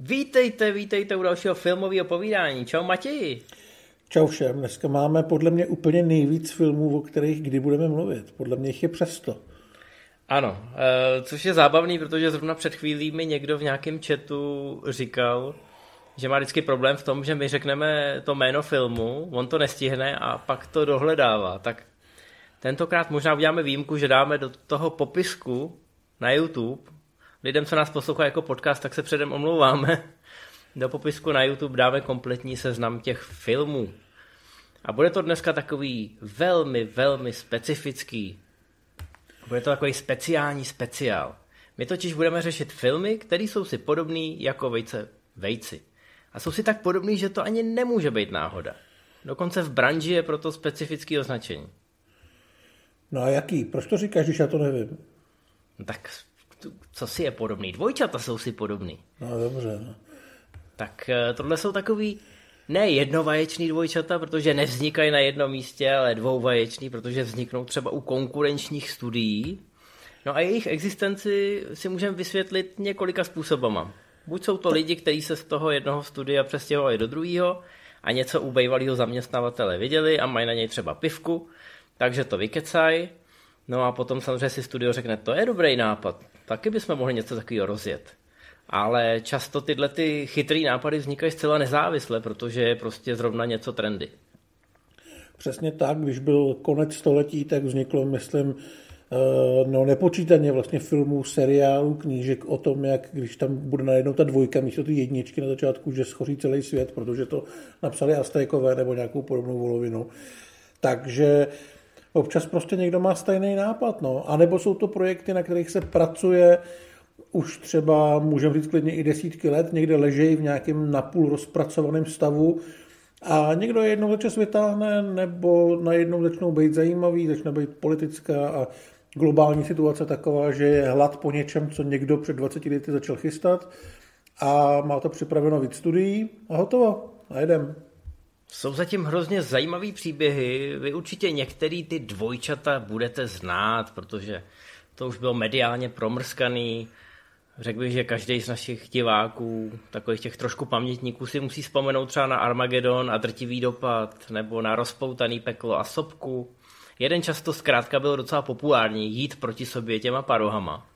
Vítejte u dalšího filmového povídání. Čau Matěji. Čau všem. Dneska máme podle mě úplně nejvíc filmů, o kterých kdy budeme mluvit. Podle mě jich je přes 100. Ano, což je zábavný, protože zrovna před chvílí mi někdo v nějakém chatu říkal, že má vždycky problém v tom, že my řekneme to jméno filmu, on to nestihne a pak to dohledává. Tak tentokrát možná uděláme výjimku, že dáme do toho popisku na YouTube, lidem, co nás poslouchají jako podcast, tak se předem omlouváme, do popisku na YouTube dáme kompletní seznam těch filmů. A bude to dneska takový velmi specifický. Bude to takový speciální speciál. My totiž budeme řešit filmy, které jsou si podobný jako vejci. A jsou si tak podobný, že to ani nemůže být náhoda. Dokonce v branži je proto specifický označení. No a jaký? Proč to říkáš, když já to nevím? No tak co si je podobný? Dvojčata jsou si podobný. No dobře. No. Tak tohle jsou takový ne jednovaječný dvojčata, protože nevznikají na jednom místě, ale dvouvaječný, protože vzniknou třeba u konkurenčních studií. No a jejich existenci si můžeme vysvětlit několika způsobama. Buď jsou to lidi, kteří se z toho jednoho studia přestěhovali do druhého a něco u bývalého zaměstnavatele viděli a mají na něj třeba pivku, takže to vykecají. No a potom samozřejmě si studio řekne, to je dobrý nápad, taky bychom mohli něco takového rozjet. Ale často tyhle ty chytrý nápady vznikají zcela nezávisle, protože je prostě zrovna něco trendy. Přesně tak, když byl konec století, tak vzniklo, myslím, nepočítaně vlastně filmů, seriálů, knížek o tom, jak když tam bude najednou ta dvojka místo ty jedničky na začátku, že schoří celý svět, protože to napsali Aztékové nebo nějakou podobnou volovinu. Takže občas prostě někdo má stejný nápad, no. A nebo jsou to projekty, na kterých se pracuje už třeba, můžeme říct klidně i desítky let, někde ležejí v nějakém napůl rozpracovaném stavu a někdo je jednou za čas vytáhne, nebo najednou začnou být zajímavý, začne být politická a globální situace taková, že je hlad po něčem, co někdo před 20 lety začal chystat a má to připraveno víc studií a hotovo. A jedem. Jsou zatím hrozně zajímavý příběhy. Vy určitě některý ty dvojčata budete znát, protože to už bylo mediálně promrskaný. Řekl bych, že každý z našich diváků, takových těch trošku pamětníků, si musí vzpomenout třeba na Armagedon a Drtivý dopad, nebo na Rozpoutaný peklo a Sopku. Jeden často zkrátka byl docela populární, jít proti sobě těma parohama.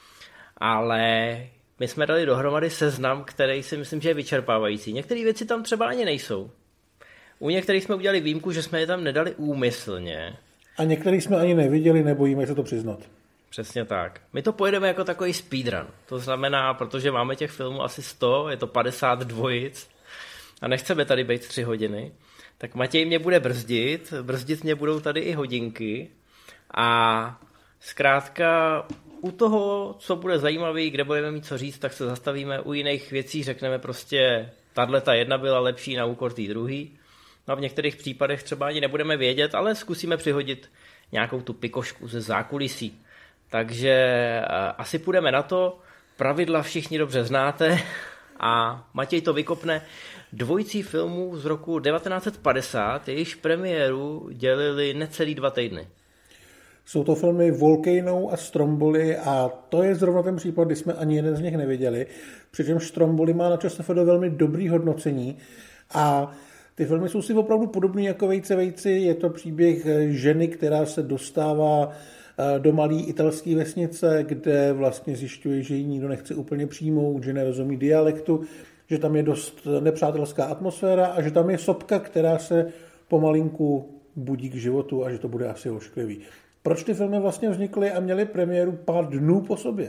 Ale my jsme dali dohromady seznam, který si myslím, že je vyčerpávající. Některé věci tam třeba ani nejsou. U některých jsme udělali výjimku, že jsme je tam nedali úmyslně. A některý jsme ani neviděli, nebojíme se to přiznat. Přesně tak. My to pojedeme jako takový speedrun. To znamená, protože máme těch filmů asi 100, je to 50 dvojic a nechceme tady být 3 hodiny, tak Matěj mě bude brzdit mě budou tady i hodinky a zkrátka u toho, co bude zajímavý, kde budeme mít co říct, tak se zastavíme, u jiných věcí řekneme prostě, tato jedna byla lepší na úkor té druhý. No a v některých případech třeba ani nebudeme vědět, ale zkusíme přihodit nějakou tu pikošku ze zákulisí. Takže asi půjdeme na to, pravidla všichni dobře znáte a Matěj to vykopne dvojicí filmů z roku 1950, jejichž premiéru dělili necelý 2 týdny. Jsou to filmy Volcano a Stromboli a to je zrovna ten případ, kdy jsme ani jeden z nich neviděli, přičemž Stromboli má na ČSFD velmi dobrý hodnocení a ty filmy jsou si opravdu podobný jako Vejci. Je to příběh ženy, která se dostává do malé italské vesnice, kde vlastně zjišťuje, že ji nikdo nechce úplně přijmout, že nerozumí dialektu, že tam je dost nepřátelská atmosféra a že tam je sopka, která se pomalinku budí k životu a že to bude asi ošklivý. Proč ty filmy vlastně vznikly a měly premiéru pár dnů po sobě?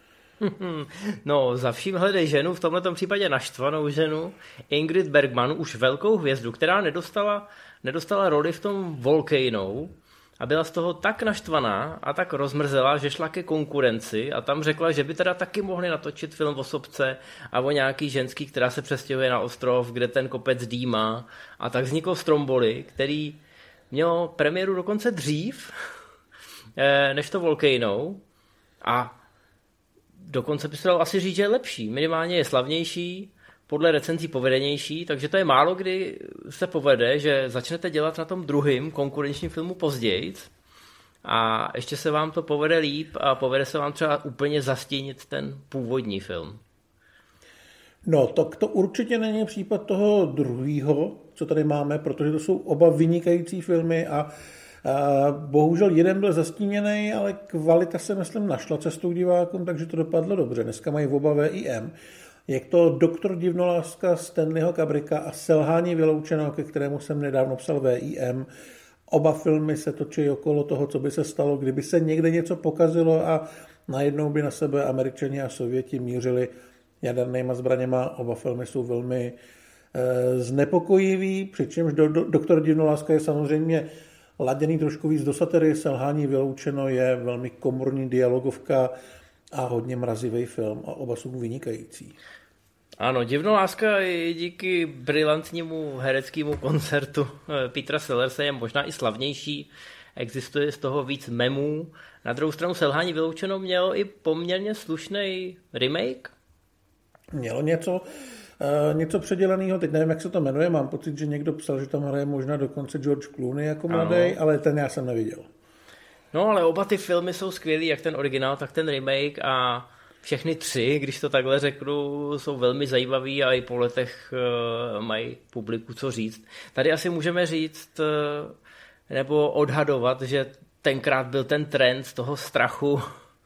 No, za vším hledej ženu, v tomto případě naštvanou ženu, Ingrid Bergman, už velkou hvězdu, která nedostala roli v tom Volcano a byla z toho tak naštvaná a tak rozmrzela, že šla ke konkurenci a tam řekla, že by teda taky mohli natočit film o sopce a o nějaký ženský, která se přestěhuje na ostrov, kde ten kopec dýmá a tak vzniklo Stromboli, který měl premiéru dokonce dřív než to Volcano a dokonce by se dalo asi říct, že je lepší. Minimálně je slavnější, podle recenzí povedenější, takže to je málo kdy se povede, že začnete dělat na tom druhém konkurenčním filmu později a ještě se vám to povede líp a povede se vám třeba úplně zastínit ten původní film. No, tak to určitě není případ toho druhého, co tady máme, protože to jsou oba vynikající filmy a bohužel jeden byl zastíněný, ale kvalita se, myslím, našla cestou divákům, takže to dopadlo dobře. Dneska mají oba VIM. Je to Doktor divnoláska Stanleyho Kubricka a Selhání vyloučeno, ke kterému jsem nedávno psal VIM. Oba filmy se točí okolo toho, co by se stalo, kdyby se někde něco pokazilo a najednou by na sebe Američani a Sověti mířili jadernýma zbraněma. Oba filmy jsou velmi znepokojivý, přičemž Doktor divnoláska je samozřejmě laděný trošku víc do satiry, Selhání vyloučeno je velmi komorní dialogovka a hodně mrazivý film a oba jsou vynikající. Ano, Divnoláska i díky brilantnímu hereckému koncertu Petra Sellerse je možná i slavnější. Existuje z toho víc memů. Na druhou stranu Selhání vyloučeno mělo i poměrně slušný remake. Mělo něco předělaného, teď nevím, jak se to jmenuje, mám pocit, že někdo psal, že tam hraje možná dokonce George Clooney jako mladý, ale ten já jsem neviděl. No, ale oba ty filmy jsou skvělý, jak ten originál, tak ten remake a všechny tři, když to takhle řeknu, jsou velmi zajímavý a i po letech mají publiku co říct. Tady asi můžeme říct nebo odhadovat, že tenkrát byl ten trend toho strachu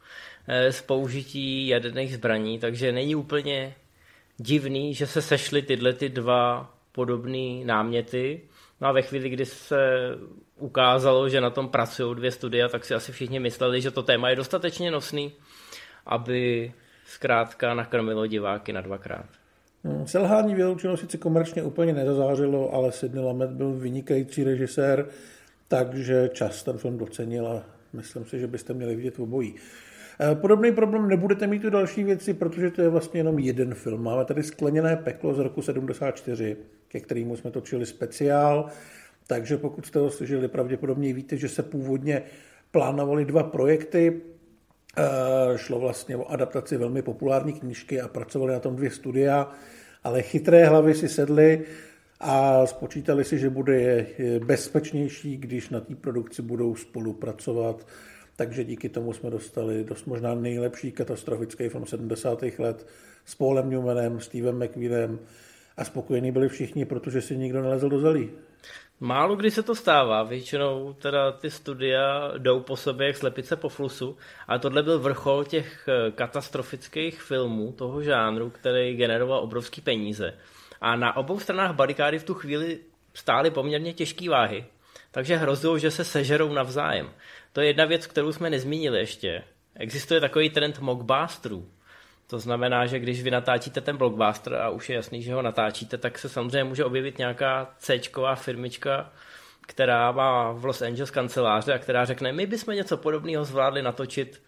z použití jaderných zbraní, takže není úplně divný, že se sešly tyhle ty dva podobné náměty. No a ve chvíli, kdy se ukázalo, že na tom pracují dvě studia, tak si asi všichni mysleli, že to téma je dostatečně nosný, aby zkrátka nakrmilo diváky na dvakrát. Selhání vyloučeno sice komerčně úplně nezazářilo, ale Sidney Lumet byl vynikající režisér, takže čas ten film docenil a myslím si, že byste měli vidět obojí. Podobný problém nebudete mít u další věci, protože to je vlastně jenom jeden film. Máme tady Skleněné peklo z roku 74, ke kterému jsme točili speciál, takže pokud jste ho slyšeli, pravděpodobně víte, že se původně plánovaly dva projekty. Šlo vlastně o adaptaci velmi populární knížky a pracovali na tom dvě studia, ale chytré hlavy si sedly a spočítali si, že bude bezpečnější, když na té produkci budou spolupracovat. Takže díky tomu jsme dostali dost možná nejlepší katastrofický film 70. let s Paulem Newmanem, Stevem McQueenem a spokojení byli všichni, protože si nikdo nelezl do zelí. Málo kdy se to stává, většinou teda ty studia jdou po sobě jak slepice po flusu, ale tohle byl vrchol těch katastrofických filmů toho žánru, který generoval obrovský peníze. A na obou stranách barikády v tu chvíli stály poměrně těžké váhy, takže hrozilo, že se sežerou navzájem. To je jedna věc, kterou jsme nezmínili ještě. Existuje takový trend mockbusterů. To znamená, že když vy natáčíte ten blockbuster a už je jasný, že ho natáčíte, tak se samozřejmě může objevit nějaká C-čková firmička, která má v Los Angeles kanceláře a která řekne, my bychom něco podobného zvládli natočit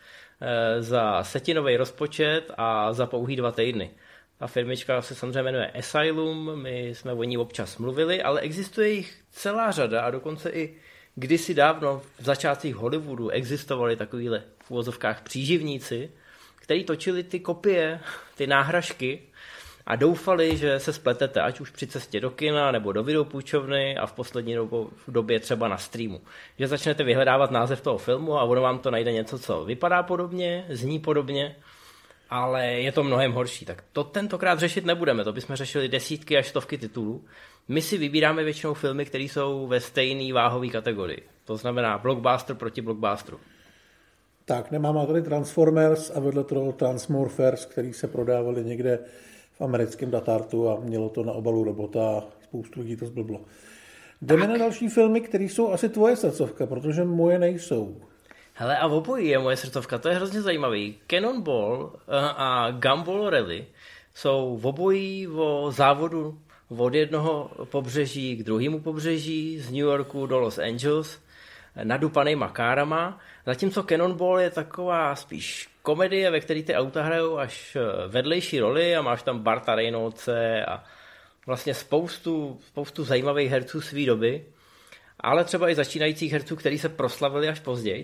za setinový rozpočet a za pouhý 2 týdny. Ta firmička se samozřejmě jmenuje Asylum, my jsme o ní občas mluvili, ale existuje jich celá řada a dokonce i kdysi dávno v začátcích Hollywoodu existovali takovýhle v uvozovkách příživníci, který točili ty kopie, ty náhražky a doufali, že se spletete, ať už při cestě do kina nebo do videopůjčovny a v poslední době třeba na streamu. Že začnete vyhledávat název toho filmu a ono vám to najde něco, co vypadá podobně, zní podobně, ale je to mnohem horší. Tak to tentokrát řešit nebudeme, to bychom řešili desítky až stovky titulů. My si vybíráme většinou filmy, které jsou ve stejné váhové kategorii. To znamená blockbuster proti blockbusteru. Tak, nemáme tady Transformers a vedle toho Transmorphers, který se prodávali někde v americkém datartu a mělo to na obalu robota a spoustu lidí to zblblo. Jdeme na další filmy, které jsou asi tvoje srdcovka, protože moje nejsou. Hele, a obojí je moje srdcovka, to je hrozně zajímavý. Cannonball a Gumball Rally jsou obojí o závodu od jednoho pobřeží k druhému pobřeží, z New Yorku do Los Angeles, nadupanýma kárama, zatímco Cannonball je taková spíš komedie, ve které ty auta hrajou až vedlejší roli a máš tam Barta Reynoldse a vlastně spoustu zajímavých herců své doby, ale třeba i začínajících herců, kteří se proslavili až později.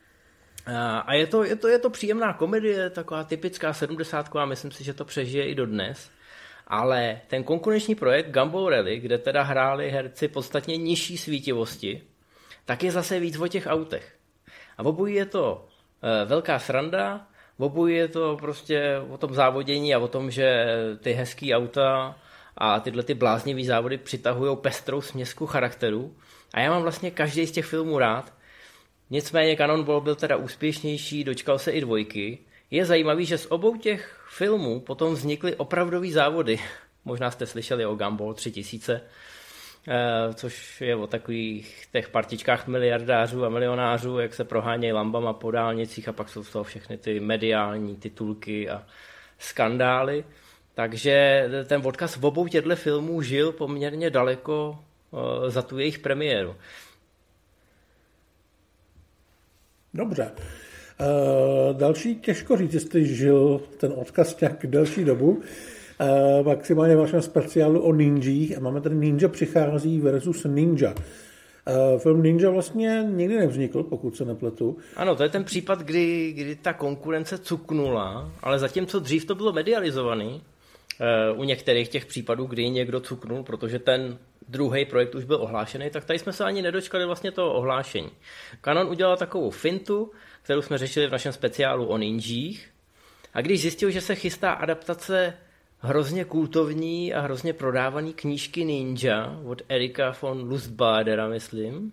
A je to příjemná komedie, taková typická 70, a myslím si, že to přežije i dodnes. Ale ten konkurenční projekt Gumball Rally, kde teda hráli herci podstatně nižší svítivosti, tak je zase víc o těch autech. A obojí je to velká sranda, Obojí je to prostě o tom závodění a o tom, že ty hezký auta a tyhle ty bláznivý závody přitahují pestrou směsku charakterů. A já mám vlastně každý z těch filmů rád. Nicméně Cannonball byl teda úspěšnější, dočkal se i dvojky. Je zajímavý, že z obou těch filmů potom vznikly opravdový závody. Možná jste slyšeli o Gumball 3000, což je o takových těch partičkách miliardářů a milionářů, jak se prohánějí lambama po dálnicích a pak jsou z toho všechny ty mediální titulky a skandály. Takže ten odkaz v obou těchto filmů žil poměrně daleko za tu jejich premiéru. Dobře. Další těžko říct, jestli žil ten odkaz nějak delší dobu. Maximálně v našem speciálu o ninjích a máme tady Ninja přichází versus Ninja. Film Ninja vlastně nikdy nevznikl, pokud se nepletu. Ano, to je ten případ, kdy ta konkurence cuknula, ale zatímco dřív to bylo medializovaný, u některých těch případů, kdy někdo cuknul, protože ten druhý projekt už byl ohlášený, tak tady jsme se ani nedočkali vlastně toho ohlášení. Canon udělal takovou fintu, kterou jsme řešili v našem speciálu o ninjích, a když zjistil, že se chystá adaptace hrozně kultovní a hrozně prodávaný knížky Ninja od Erika von Lustbadera, myslím,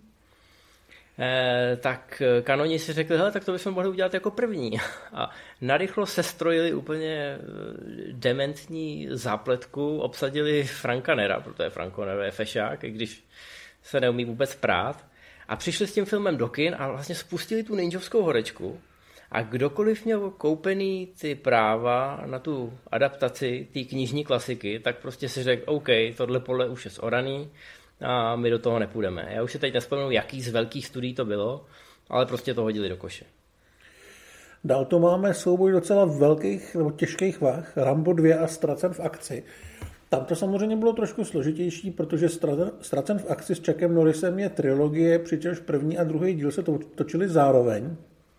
tak kanoni si řekli, hele, tak to bychom mohli udělat jako první. A narychlo sestrojili úplně dementní zápletku, obsadili Franka Nera, protože Franko Nero je fešák, i když se neumí vůbec prát, a přišli s tím filmem do kin a vlastně spustili tu ninjovskou horečku. A kdokoliv měl koupený ty práva na tu adaptaci té knižní klasiky, tak prostě si řekl, OK, tohle pole už je zoraný a my do toho nepůjdeme. Já už si teď nevzpomenu, jaký z velkých studií to bylo, ale prostě to hodili do koše. Dál to máme souboj docela velkých nebo těžkých vah, Rambo 2 a Ztracen v akci. Tam to samozřejmě bylo trošku složitější, protože Ztracen v akci s Chuckem Norrisem je trilogie, přičemž první a druhý díl se točili zároveň.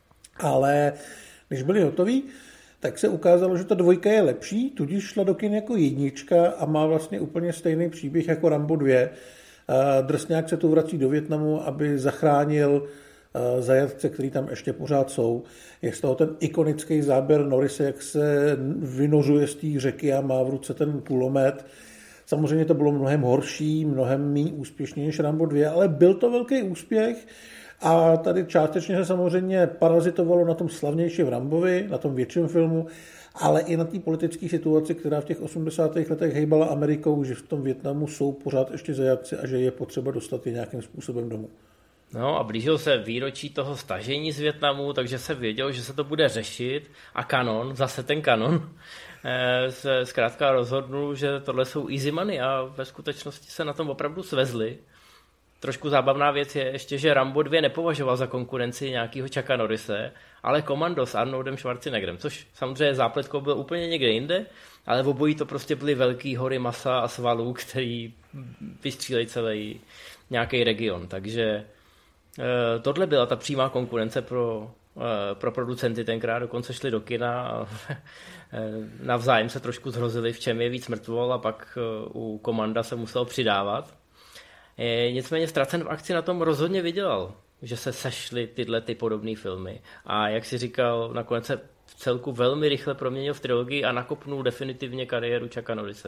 Ale když byli hotoví, tak se ukázalo, že ta dvojka je lepší, tudíž šla do kin jako jednička a má vlastně úplně stejný příběh jako Rambo 2. Drsňák se tu vrací do Vietnamu, aby zachránil zajatce, který tam ještě pořád jsou. Je z toho ten ikonický záběr Norrise, jak se vynořuje z té řeky a má v ruce ten kulomet. Samozřejmě to bylo mnohem horší, mnohem méně úspěšný než Rambo 2, ale byl to velký úspěch. A tady částečně se samozřejmě parazitovalo na tom slavnějším Rambovi, na tom větším filmu, ale i na té politické situaci, která v těch 80. letech hejbala Amerikou, že v tom Vietnamu jsou pořád ještě zajatci a že je potřeba dostat je nějakým způsobem domů. No a blížil se výročí toho stažení z Vietnamu, takže se věděl, že se to bude řešit a Canon, zase ten Canon, se zkrátka rozhodnul, že tohle jsou easy money a ve skutečnosti se na tom opravdu svezli. Trošku zábavná věc je ještě, že Rambo 2 nepovažoval za konkurenci nějakého Chucka Norrise, ale Komando s Arnoldem Schwarzeneggerem, což samozřejmě zápletkou byl úplně někde jinde, ale v obojí to prostě byly velký hory masa a svalů, který vystřílejí celý nějaký region. Takže tohle byla ta přímá konkurence pro producenty tenkrát, dokonce šli do kina a navzájem se trošku zhrozili, v čem je víc mrtvol, a pak u Komanda se musel přidávat. Nicméně Ztracen v akci na tom rozhodně vydělal, že se sešly tyhle ty podobné filmy. A jak si říkal, nakonec se v celku velmi rychle proměnil v trilogii a nakopnul definitivně kariéru Chucka Norrise.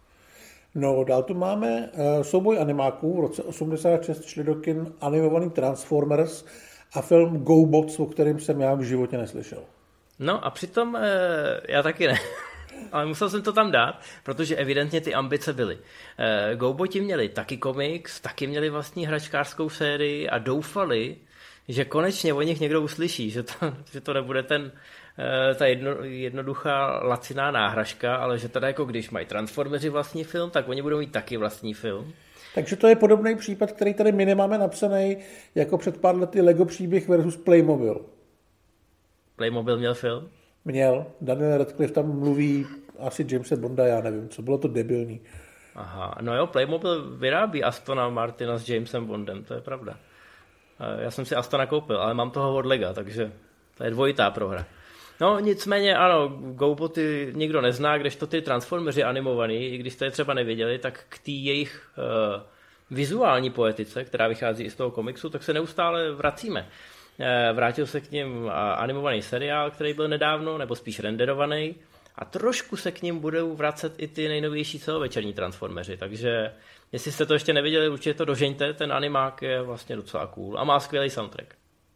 No, dál tu máme souboj animáků. V roce 86 šli do kin animovaný Transformers a film GoBots, o kterém jsem já v životě neslyšel. No a přitom já taky ne. Ale musel jsem to tam dát, protože evidentně ty ambice byly. GoBoti měli taky komiks, taky měli vlastní hračkářskou sérii a doufali, že konečně o nich někdo uslyší, že to nebude ta jednoduchá laciná náhražka, ale že teda jako když mají Transformeři vlastní film, tak oni budou mít taky vlastní film. Takže to je podobný případ, který tady my nemáme napsaný jako před pár lety Lego příběh versus Playmobil. Playmobil měl film? Měl. Daniel Radcliffe tam mluví asi Jamese Bonda, já nevím, co bylo to debilní. Aha, no jo, Playmobil vyrábí Astona Martina s Jamesem Bondem, to je pravda. Já jsem si Astona koupil, ale mám toho od Lega, takže to je dvojitá prohra. No nicméně ano, GoBoty nikdo nezná, kdežto ty Transformeři animovaný, i když jste je třeba nevěděli, tak k té jejich vizuální poetice, která vychází i z toho komiksu, tak se neustále vracíme. Vrátil se k nim animovaný seriál, který byl nedávno, nebo spíš renderovaný. A trošku se k nim budou vracet i ty nejnovější celovečerní Transformeři, takže jestli jste to ještě neviděli, určitě to dožeňte, ten animák je vlastně docela cool a má skvělý soundtrack.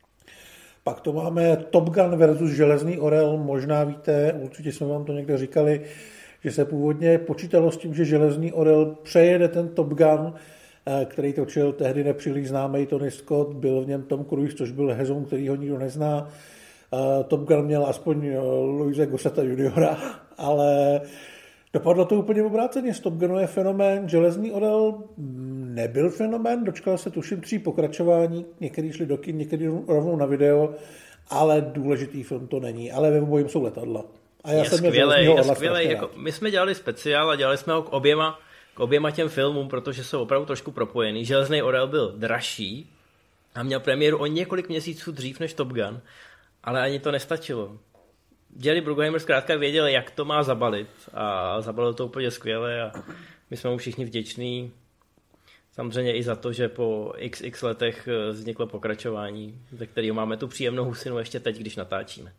Pak to máme Top Gun versus Železný orel, možná víte, určitě jsme vám to někde říkali, že se původně počítalo s tím, že Železný orel přejede ten Top Gun, který točil tehdy nepříliš známý Tony Scott, byl v něm Tom Cruise, což byl hezoun, který ho nikdo nezná. Top Gun měl aspoň Louise Gosseta juniora, ale dopadlo to úplně obráceně. Z Top Gunu je fenomén, Železný orel nebyl fenomén, dočkal se tuším 3 pokračování, některý šli do kin, některý rovnou na video, ale důležitý film to není, ale ve obojím jsou letadla. A já je skvělej, jako my jsme dělali speciál a dělali jsme ho k oběma těm filmům, protože jsou opravdu trošku propojený. Železný orel byl dražší a měl premiéru o několik měsíců dřív než Top Gun, ale ani to nestačilo. Jerry Bruckheimer zkrátka věděl, jak to má zabalit a zabalil to úplně skvěle a my jsme mu všichni vděční. Samozřejmě i za to, že po XX letech vzniklo pokračování, ze kterého máme tu příjemnou husinu ještě teď, když natáčíme.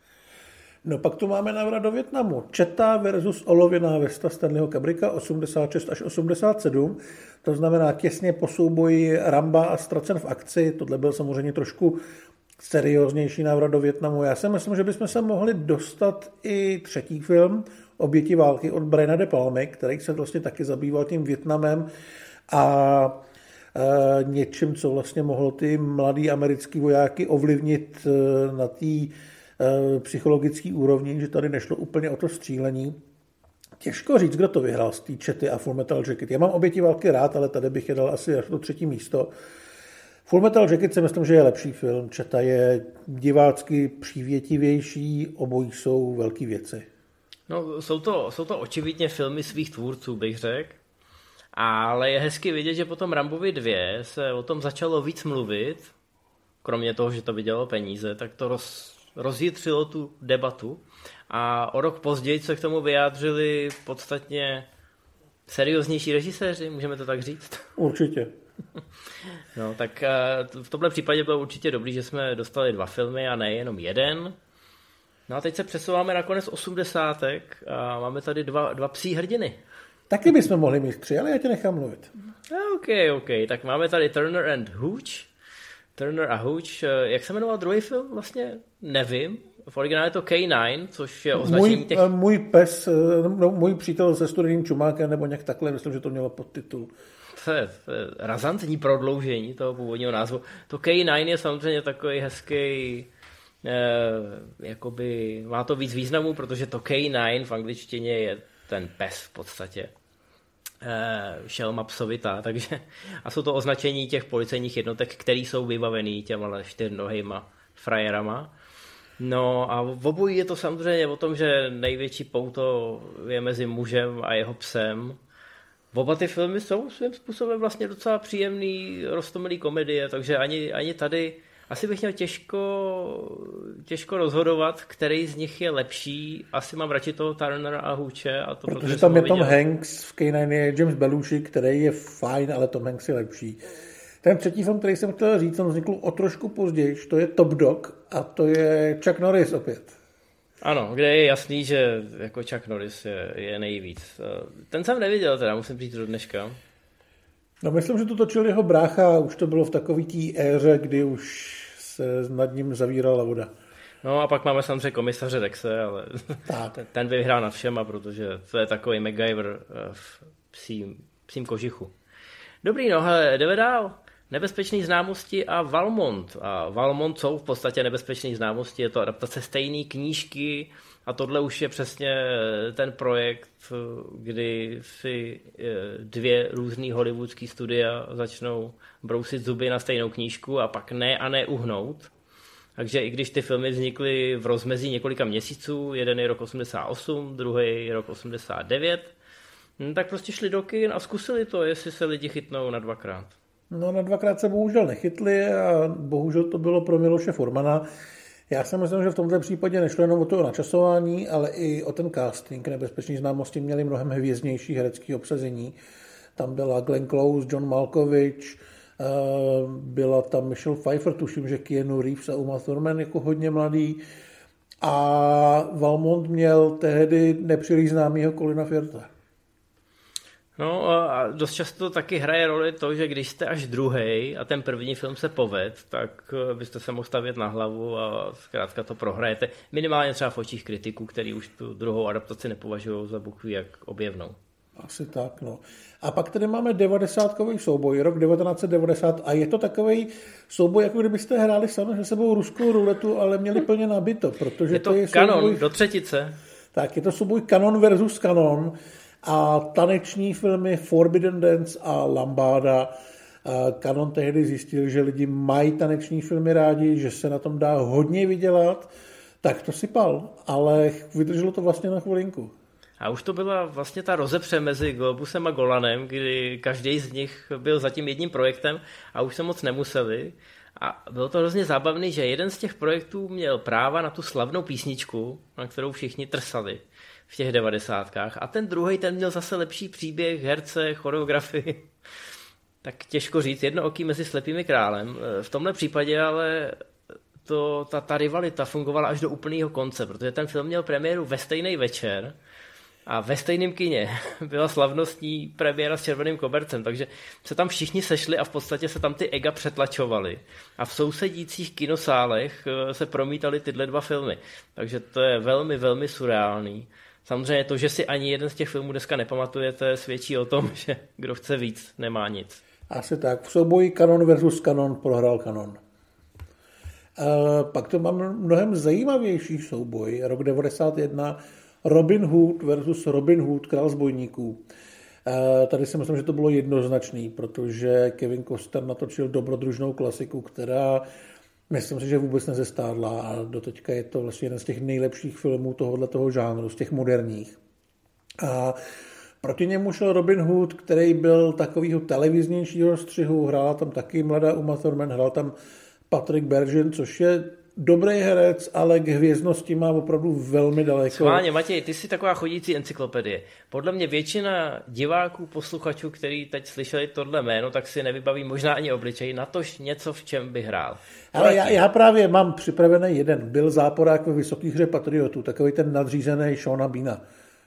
No pak tu máme návrat do Vietnamu. Četa versus olověná vesta Stanleyho Kubricka 86 až 87. To znamená těsně po souboji Ramba a Ztracen v akci. Tohle byl samozřejmě trošku serióznější návrat do Vietnamu. Já si myslím, že bychom se mohli dostat i třetí film Oběti války od Briana De Palmy, který se vlastně taky zabýval tím Vietnamem a něčím, co vlastně mohlo ty mladý americký vojáky ovlivnit na té psychologické úrovni, že tady nešlo úplně o to střílení. Těžko říct, kdo to vyhrál z té Čety a Full Metal Jacket. Já mám Oběti války rád, ale tady bych je dal asi až to 3. místo. Full Metal Jacket si myslím, že je lepší film. Četa je divácky přívětivější, obojí jsou velký věci. No, jsou to očividně filmy svých tvůrců, bych řekl. Ale je hezky vidět, že potom Rambovi 2 se o tom začalo víc mluvit. Kromě toho, že to vydělalo peníze, tak to rozjitřilo tu debatu. A o rok později se k tomu vyjádřili podstatně serióznější režiséři, můžeme to tak říct? Určitě. No, tak v tomhle případě bylo určitě dobrý, že jsme dostali 2 filmy a ne jenom jeden. No a teď se přesouváme na konec 80. a máme tady dva psí hrdiny. Taky bychom mohli mít 3, ale já tě nechám mluvit. OK. Tak máme tady Turner and Hooch. Turner a Hooch. Jak se jmenoval druhý film? Vlastně nevím. V originále je to K9, což je označení těch... Můj pes, můj přítel se studijním čumákem, nebo nějak takhle, myslím, že to mělo podtitul. To je razantní prodloužení toho původního názvu. To K9 je samozřejmě takový hezký, jakoby má to víc významů, protože to K9 v angličtině je ten pes v podstatě. Šelma psovitá, takže a jsou to označení těch policejních jednotek, který jsou vybavený těma 4nohejma frajerama. No a v obojí je to samozřejmě o tom, že největší pouto je mezi mužem a jeho psem. Oba ty filmy jsou svým způsobem vlastně docela příjemný, roztomilý komedie, takže ani tady asi bych měl těžko rozhodovat, který z nich je lepší. Asi mám radši toho Turnera a Hooche. A to, protože tam je Tom Hanks, v K9 je James Belushi, který je fajn, ale Tom Hanks je lepší. Ten třetí film, který jsem chtěl říct, on vznikl o trošku později, to je Top Dog a to je Chuck Norris opět. Ano, kde je jasný, že jako Chuck Norris je nejvíc. Ten jsem neviděl teda, musím říct do dneška. No myslím, že to točil jeho brácha, už to bylo v takový té éře, kdy už se nad ním zavírala voda. No a pak máme samozřejmě komisaře Rexe, ale ten vyhrál nad všema, protože to je takový MacGyver v psím kožichu. Dobrý, no hele, jdeme dál. Nebezpečné známosti a Valmont. A Valmont jsou v podstatě nebezpečné známosti, je to adaptace stejné knížky a tohle už je přesně ten projekt, kdy si 2 různý hollywoodský studia začnou brousit zuby na stejnou knížku a pak ne uhnout. Takže i když ty filmy vznikly v rozmezí několika měsíců, jeden je rok 88, druhý rok 89, tak prostě šli do kin a zkusili to, jestli se lidi chytnou na 2krát. No na 2krát se bohužel nechytli a bohužel to bylo pro Miloše Formana. Já si myslím, že v tomto případě nešlo jenom o to načasování, ale i o ten casting. Nebezpečné známosti měli mnohem hvězdnější herecké obsazení. Tam byla Glenn Close, John Malkovich, Byla tam Michelle Pfeiffer, tuším, že Keanu Reeves a Uma Thurman jako hodně mladý. A Valmont měl tehdy nepříliš známýho Colina Firtha. No a dost často taky hraje roli to, že když jste až druhej a ten první film se poved, tak byste se mohl stavět na hlavu a zkrátka to prohrajete. Minimálně třeba v očích kritiků, který už tu druhou adaptaci nepovažují za bůh ví jak objevnou. Asi tak, no. A pak tady máme 90kový souboj, rok 1990 a je to takový souboj, jako kdybyste hráli sami se sebou ruskou ruletu, ale měli plně nabito, protože je to je kanon souboj, do třetice. Tak, je to souboj kanon versus kanon a taneční filmy Forbidden Dance a Lambada. Kanon tehdy zjistil, že lidi mají taneční filmy rádi, že se na tom dá hodně vydělat, tak to sypal, ale vydrželo to vlastně na chvilinku. A už to byla vlastně ta rozepře mezi Globusem a Golanem, kdy každý z nich byl zatím jedním projektem a už se moc nemuseli. A bylo to hrozně zábavný, že jeden z těch projektů měl práva na tu slavnou písničku, na kterou všichni trsali v těch 90kách. A ten druhý, ten měl zase lepší příběh, herce, choreografii. Tak těžko říct, jednooký mezi slepými králem. V tomhle případě ale ta rivalita fungovala až do úplného konce, protože ten film měl premiéru ve stejný večer a ve stejném kině byla slavnostní premiéra s červeným kobercem, takže se tam všichni sešli a v podstatě se tam ty ega přetlačovaly. A v sousedících kinosálech se promítaly tyhle dva filmy. Takže to je velmi, velmi surreální. Samozřejmě to, že si ani jeden z těch filmů dneska nepamatujete, svědčí o tom, že kdo chce víc, nemá nic. Asi tak. V souboji kanon versus kanon prohrál kanon. Pak to máme mnohem zajímavější souboj. Rok 91 Robin Hood versus Robin Hood, král zbojníků. Tady si myslím, že to bylo jednoznačný, protože Kevin Costner natočil dobrodružnou klasiku, která myslím si, že vůbec nezestárla a doteďka je to vlastně jeden z těch nejlepších filmů tohoto žánru, z těch moderních. A proti němu šel Robin Hood, který byl takovýho televiznějšího střihu, hrála tam taky mladá Uma Thurman, hrál tam Patrick Bergin, což je dobrý herec, ale k hvězdnosti má opravdu velmi daleko. Schválně, Matěj, ty jsi taková chodící encyklopedie. Podle mě většina diváků, posluchačů, kteří teď slyšeli tohle jméno, tak si nevybaví možná ani obličej, natož něco, v čem by hrál. Ale já právě mám připravený jeden. Byl záporák ve Vysoké hře patriotů, takový ten nadřízený Seana Beana.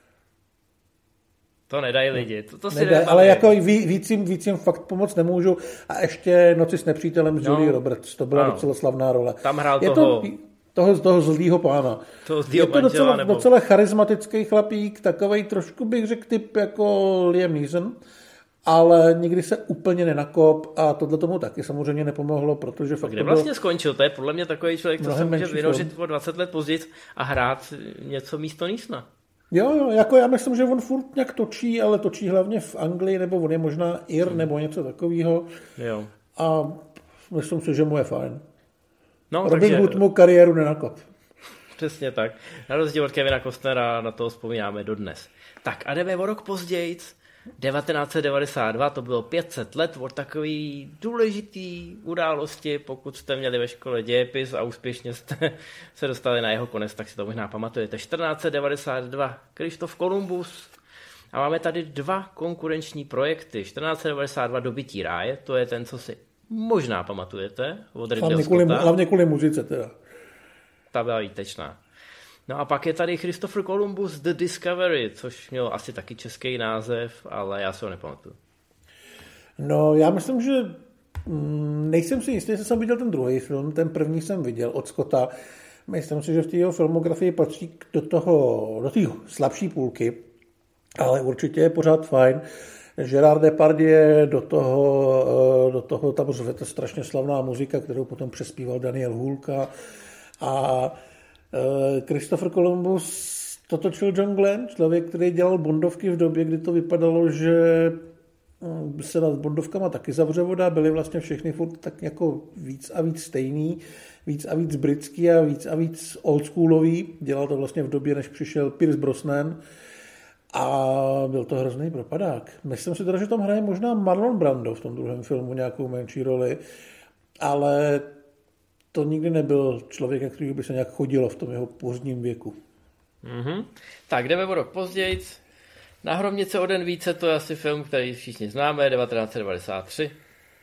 To nedají lidi. To si nedaj, ale jako víc jim fakt pomoct nemůžu. A ještě Noci s nepřítelem s Julie Roberts. To byla docela slavná role. Tam hrál toho zlýho pána. Je to docela charismatický chlapík, takovej trošku bych řekl typ jako Liam Neeson, ale nikdy se úplně nenakop a tohle tomu taky samozřejmě nepomohlo, protože fakt kde vlastně skončil? To je podle mě takový člověk, co se může vynořit o 20 let později a hrát něco místo Neesona. Jo, jako já myslím, že on furt nějak točí, ale točí hlavně v Anglii, nebo on je možná Ir, nebo něco takového. Jo. A myslím si, že mu je fajn. No, Robin Hood mu kariéru nenakop. Přesně tak. Na rozdíl od Kevina Costnera na to vzpomínáme dodnes. Tak a jdeme o rok později. 1992, to bylo 500 let od takový důležitý události, pokud jste měli ve škole dějepis a úspěšně jste se dostali na jeho konec, tak si to možná pamatujete. 1492, Krištof Kolumbus. A máme tady dva konkurenční projekty. 1492 Dobytí ráje, to je ten, co si možná pamatujete od Ridleyho Scotta. Hlavně kvůli muzice teda. Ta byla výtečná. No a pak je tady Christopher Columbus The Discovery, což mělo asi taky český název, ale já se ho nepamatuju. No, já myslím, že nejsem si jistý, jestli jsem viděl ten druhý film, ten první jsem viděl od Scotta. Myslím si, že v té jeho filmografii patří do té slabší půlky, ale určitě je pořád fajn. Gerard Depardieu, do toho tam je to strašně slavná muzika, kterou potom přespíval Daniel Hůlka a Christopher Columbus to točil John Glenn, člověk, který dělal bondovky v době, kdy to vypadalo, že se nad bondovkama taky zavře voda, byly vlastně všechny furt tak jako víc a víc stejný, víc a víc britský a víc oldschoolový. Dělal to vlastně v době, než přišel Pierce Brosnan a byl to hrozný propadák. Myslím si teda, že tam hraje možná Marlon Brando v tom druhém filmu nějakou menší roli, ale to nikdy nebyl člověk, který by se nějak chodilo v tom jeho pozdním věku. Mm-hmm. Tak jdeme o rok později. Na Hromnice o den více, to je asi film, který všichni známe, 1993.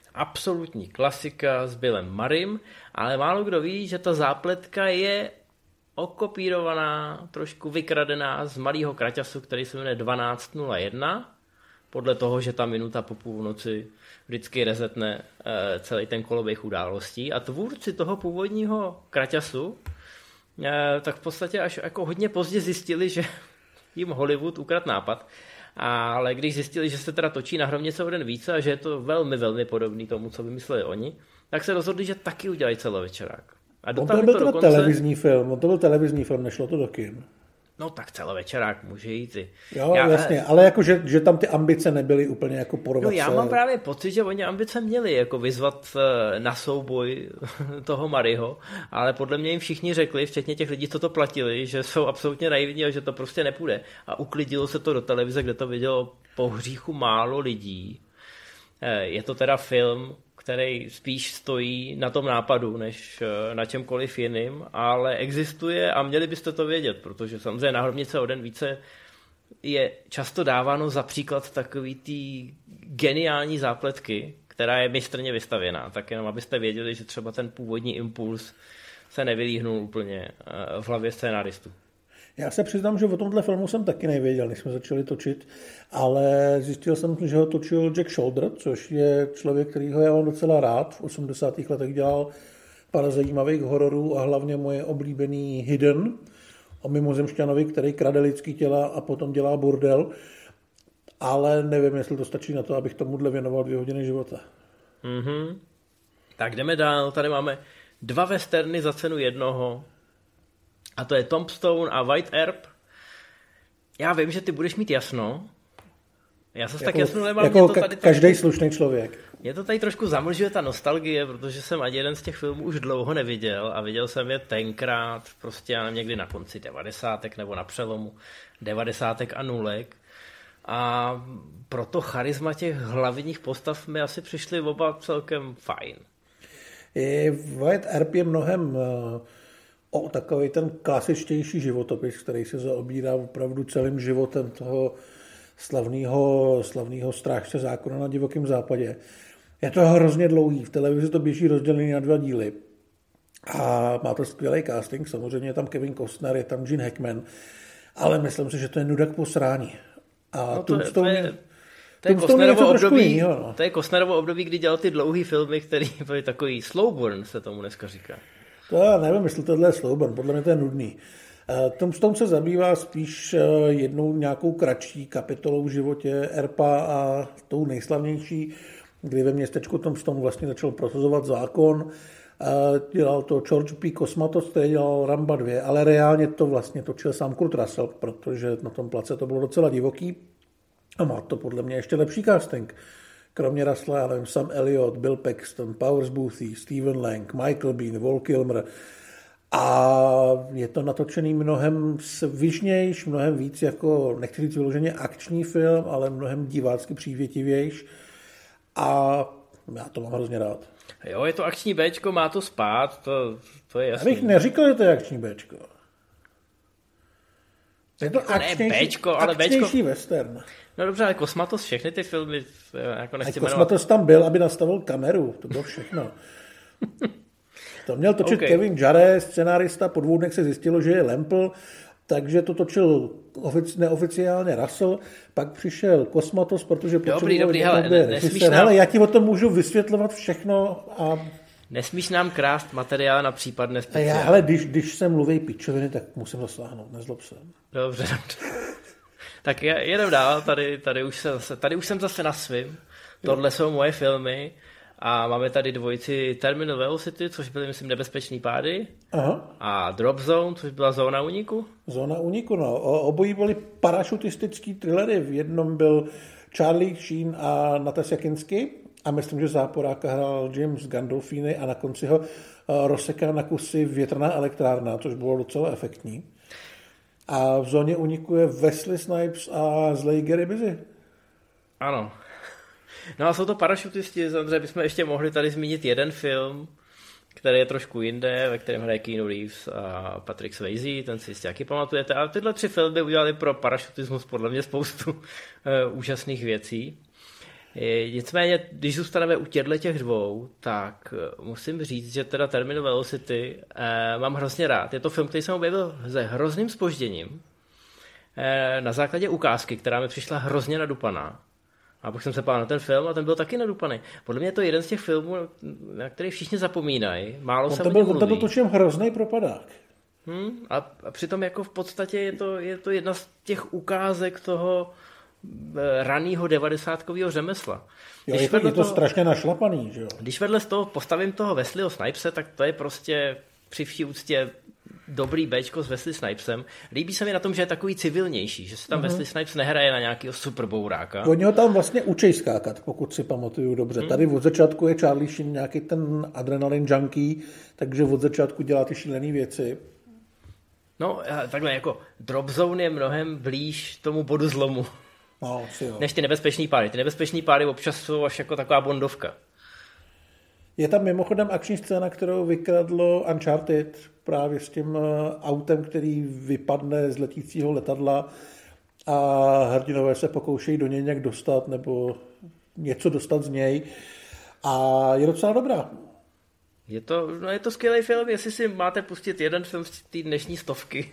Absolutní klasika s Billem Murraym, ale málo kdo ví, že ta zápletka je okopírovaná, trošku vykradená z malého kraťasu, který se jmenuje 1201, podle toho, že ta minuta po půlnoci vždycky rezetne celý ten koloběh událostí. A tvůrci toho původního kraťasu tak v podstatě až jako hodně pozdě zjistili, že jim Hollywood ukradl nápad. Ale když zjistili, že se teda točí na Hromnice o den více a že je to velmi, velmi podobný tomu, co vymysleli oni, tak se rozhodli, že taky udělají celovečerák. A on to byl dokonce televizní film, nešlo to do kin. No tak celovečerák může jít i. Jo, jasně, ale jako, že tam ty ambice nebyly úplně jako porovat. No já mám právě pocit, že oni ambice měli jako vyzvat na souboj toho Murrayho, ale podle mě jim všichni řekli, včetně těch lidí, co to platili, že jsou absolutně naivní a že to prostě nepůjde. A uklidilo se to do televize, kde to vidělo po hříchu málo lidí. Je to teda film, který spíš stojí na tom nápadu, než na čemkoliv jiným, ale existuje a měli byste to vědět, protože samozřejmě na Hromnice o den více je často dáváno za příklad takový ty geniální zápletky, která je mistrně vystavěná. Tak jenom abyste věděli, že třeba ten původní impuls se nevylíhnul úplně v hlavě scénáristů. Já se přiznám, že o tomhle filmu jsem taky nevěděl, než jsme začali točit, ale zjistil jsem, že ho točil Jack Shoulder, což je člověk, kterýho já mám docela rád. V 80. letech dělal pár zajímavých hororů a hlavně moje oblíbený Hidden o mimozemšťanovi, který krade lidský těla a potom dělá bordel, ale nevím, jestli to stačí na to, abych tomuhle věnoval 2 hodiny života. Mm-hmm. Tak jdeme dál, tady máme 2 westerny za cenu jednoho. A to je Tombstone a White Earp. Já vím, že ty budeš mít jasno. Já se tak jasno nemám. Jako každý slušný člověk. Mě to tady trošku zamlžuje ta nostalgie, protože jsem ani jeden z těch filmů už dlouho neviděl a viděl jsem je tenkrát, prostě já nevím, někdy na konci 90. nebo na přelomu 90. a 0. A proto charisma těch hlavních postav mi asi přišly oba celkem fajn. White Earp je mnohem o takový ten klasičtější životopis, který se zaobírá opravdu celým životem toho slavného strážce zákona na divokém západě. Je to hrozně dlouhý, v televizi to běží rozdělený na 2 díly. A má to skvělý casting, samozřejmě je tam Kevin Costner, je tam Gene Hackman, ale myslím si, že to je nuda k posrání. A no to je Costnerovo období, kdy dělal ty dlouhý filmy, který byly takový slow burn, se tomu dneska říká. To já nevím, jestli tohle je slow burn, podle mě to je nudný. Tom se zabývá spíš jednou nějakou kratší kapitolou v životě Erpa a tou nejslavnější, kdy ve městečku Tombstone vlastně začal prosazovat zákon. Dělal to George P. Cosmatos, který dělal Ramba 2, ale reálně to vlastně točil sám Kurt Russell, protože na tom place to bylo docela divoký. A má to podle mě ještě lepší casting. Kromě Russella, já nevím, Sam Elliott, Bill Paxton, Powers Boothby, Stephen Lang, Michael Biehn, Val Kilmer. A je to natočený mnohem svižnějš, mnohem víc jako, nechci říct vyloženě akční film, ale mnohem divácky přívětivějš. A já to mám hrozně rád. Jo, je to akční Bčko, má to spát, to je jasný. Já bych neříkal, že to je akční Bčko. Je to akčnější western. No dobře, ale Cosmatos, všechny ty filmy, jako nechci jmenovat. Cosmatos tam byl, aby nastavil kameru, to bylo všechno. To měl točit Kevin Jarre, scenárista, po 2 dnech se zjistilo, že je lempl, takže to točil neoficiálně Russell, pak přišel Cosmatos, protože potřeboval hele, já ti o tom můžu vysvětlovat všechno a... Nesmíš nám krást materiál na případné speciály. Ale když se mluví pičoviny, tak musím zasáhnout, nezlob se. Dobře. Tak jedem dál, tady už jsem zase na svým. Tohle jsou moje filmy a máme tady dvojici Terminal Velocity, což byly, myslím, nebezpečný pády. Aha. A Drop Zone, což byla Zóna úniku. Zóna úniku, no. Obojí byly parašutistický thrillery. V jednom byl Charlie Sheen a Natasha Kinski a myslím, že záporáka hrál James Gandolfini a na konci ho rozseká na kusy větrná elektrárna, což bylo docela efektní. A v Zóně úniku je Wesley Snipes a zlej Gary Busey. Ano. No a jsou to parašutisti, samozřejmě bychom ještě mohli tady zmínit jeden film, který je trošku jinde, ve kterém hraje Keanu Reeves a Patrick Swayze, ten si jistě taky pamatujete. A tyhle 3 filmy udělali pro parašutismus podle mě spoustu úžasných věcí. Nicméně, když zůstaneme u těch dvou, tak musím říct, že teda Terminal Velocity mám hrozně rád. Je to film, který jsem objevil se hrozným zpožděním na základě ukázky, která mi přišla hrozně nadupaná. A pak jsem se pál na ten film a ten byl taky nadupaný. Podle mě je to jeden z těch filmů, na který všichni zapomínají. Málo se o něm mluví. To byl točím hrozný propadák. A přitom jako v podstatě je to jedna z těch ukázek toho raného 90kového řemesla. Jo, je to strašně našlapaný, že jo? Když vedle z toho postavím toho Wesleyho Snipese, tak to je prostě při vší úctě dobrý béčko s Wesley Snipesem. Líbí se mi na tom, že je takový civilnější, že se tam Wesley Snipes nehraje na nějakého superbouráka. Oni ho tam vlastně učí skákat, pokud si pamatuju dobře. Tady od začátku je Charlie Sheen nějaký ten adrenalin junkie, takže od začátku dělá ty šílené věci. No, takhle jako Drop Zone je mnohem blíž tomu bodu zlomu. No, než ty nebezpečný páry. Ty nebezpečný páry občas jsou až jako taková bondovka. Je tam mimochodem akční scéna, kterou vykradlo Uncharted právě s tím autem, který vypadne z letícího letadla a hrdinové se pokoušejí do něj nějak dostat nebo něco dostat z něj. A je docela dobrá. Je to skvělý film, jestli si máte pustit jeden film z té dnešní stovky.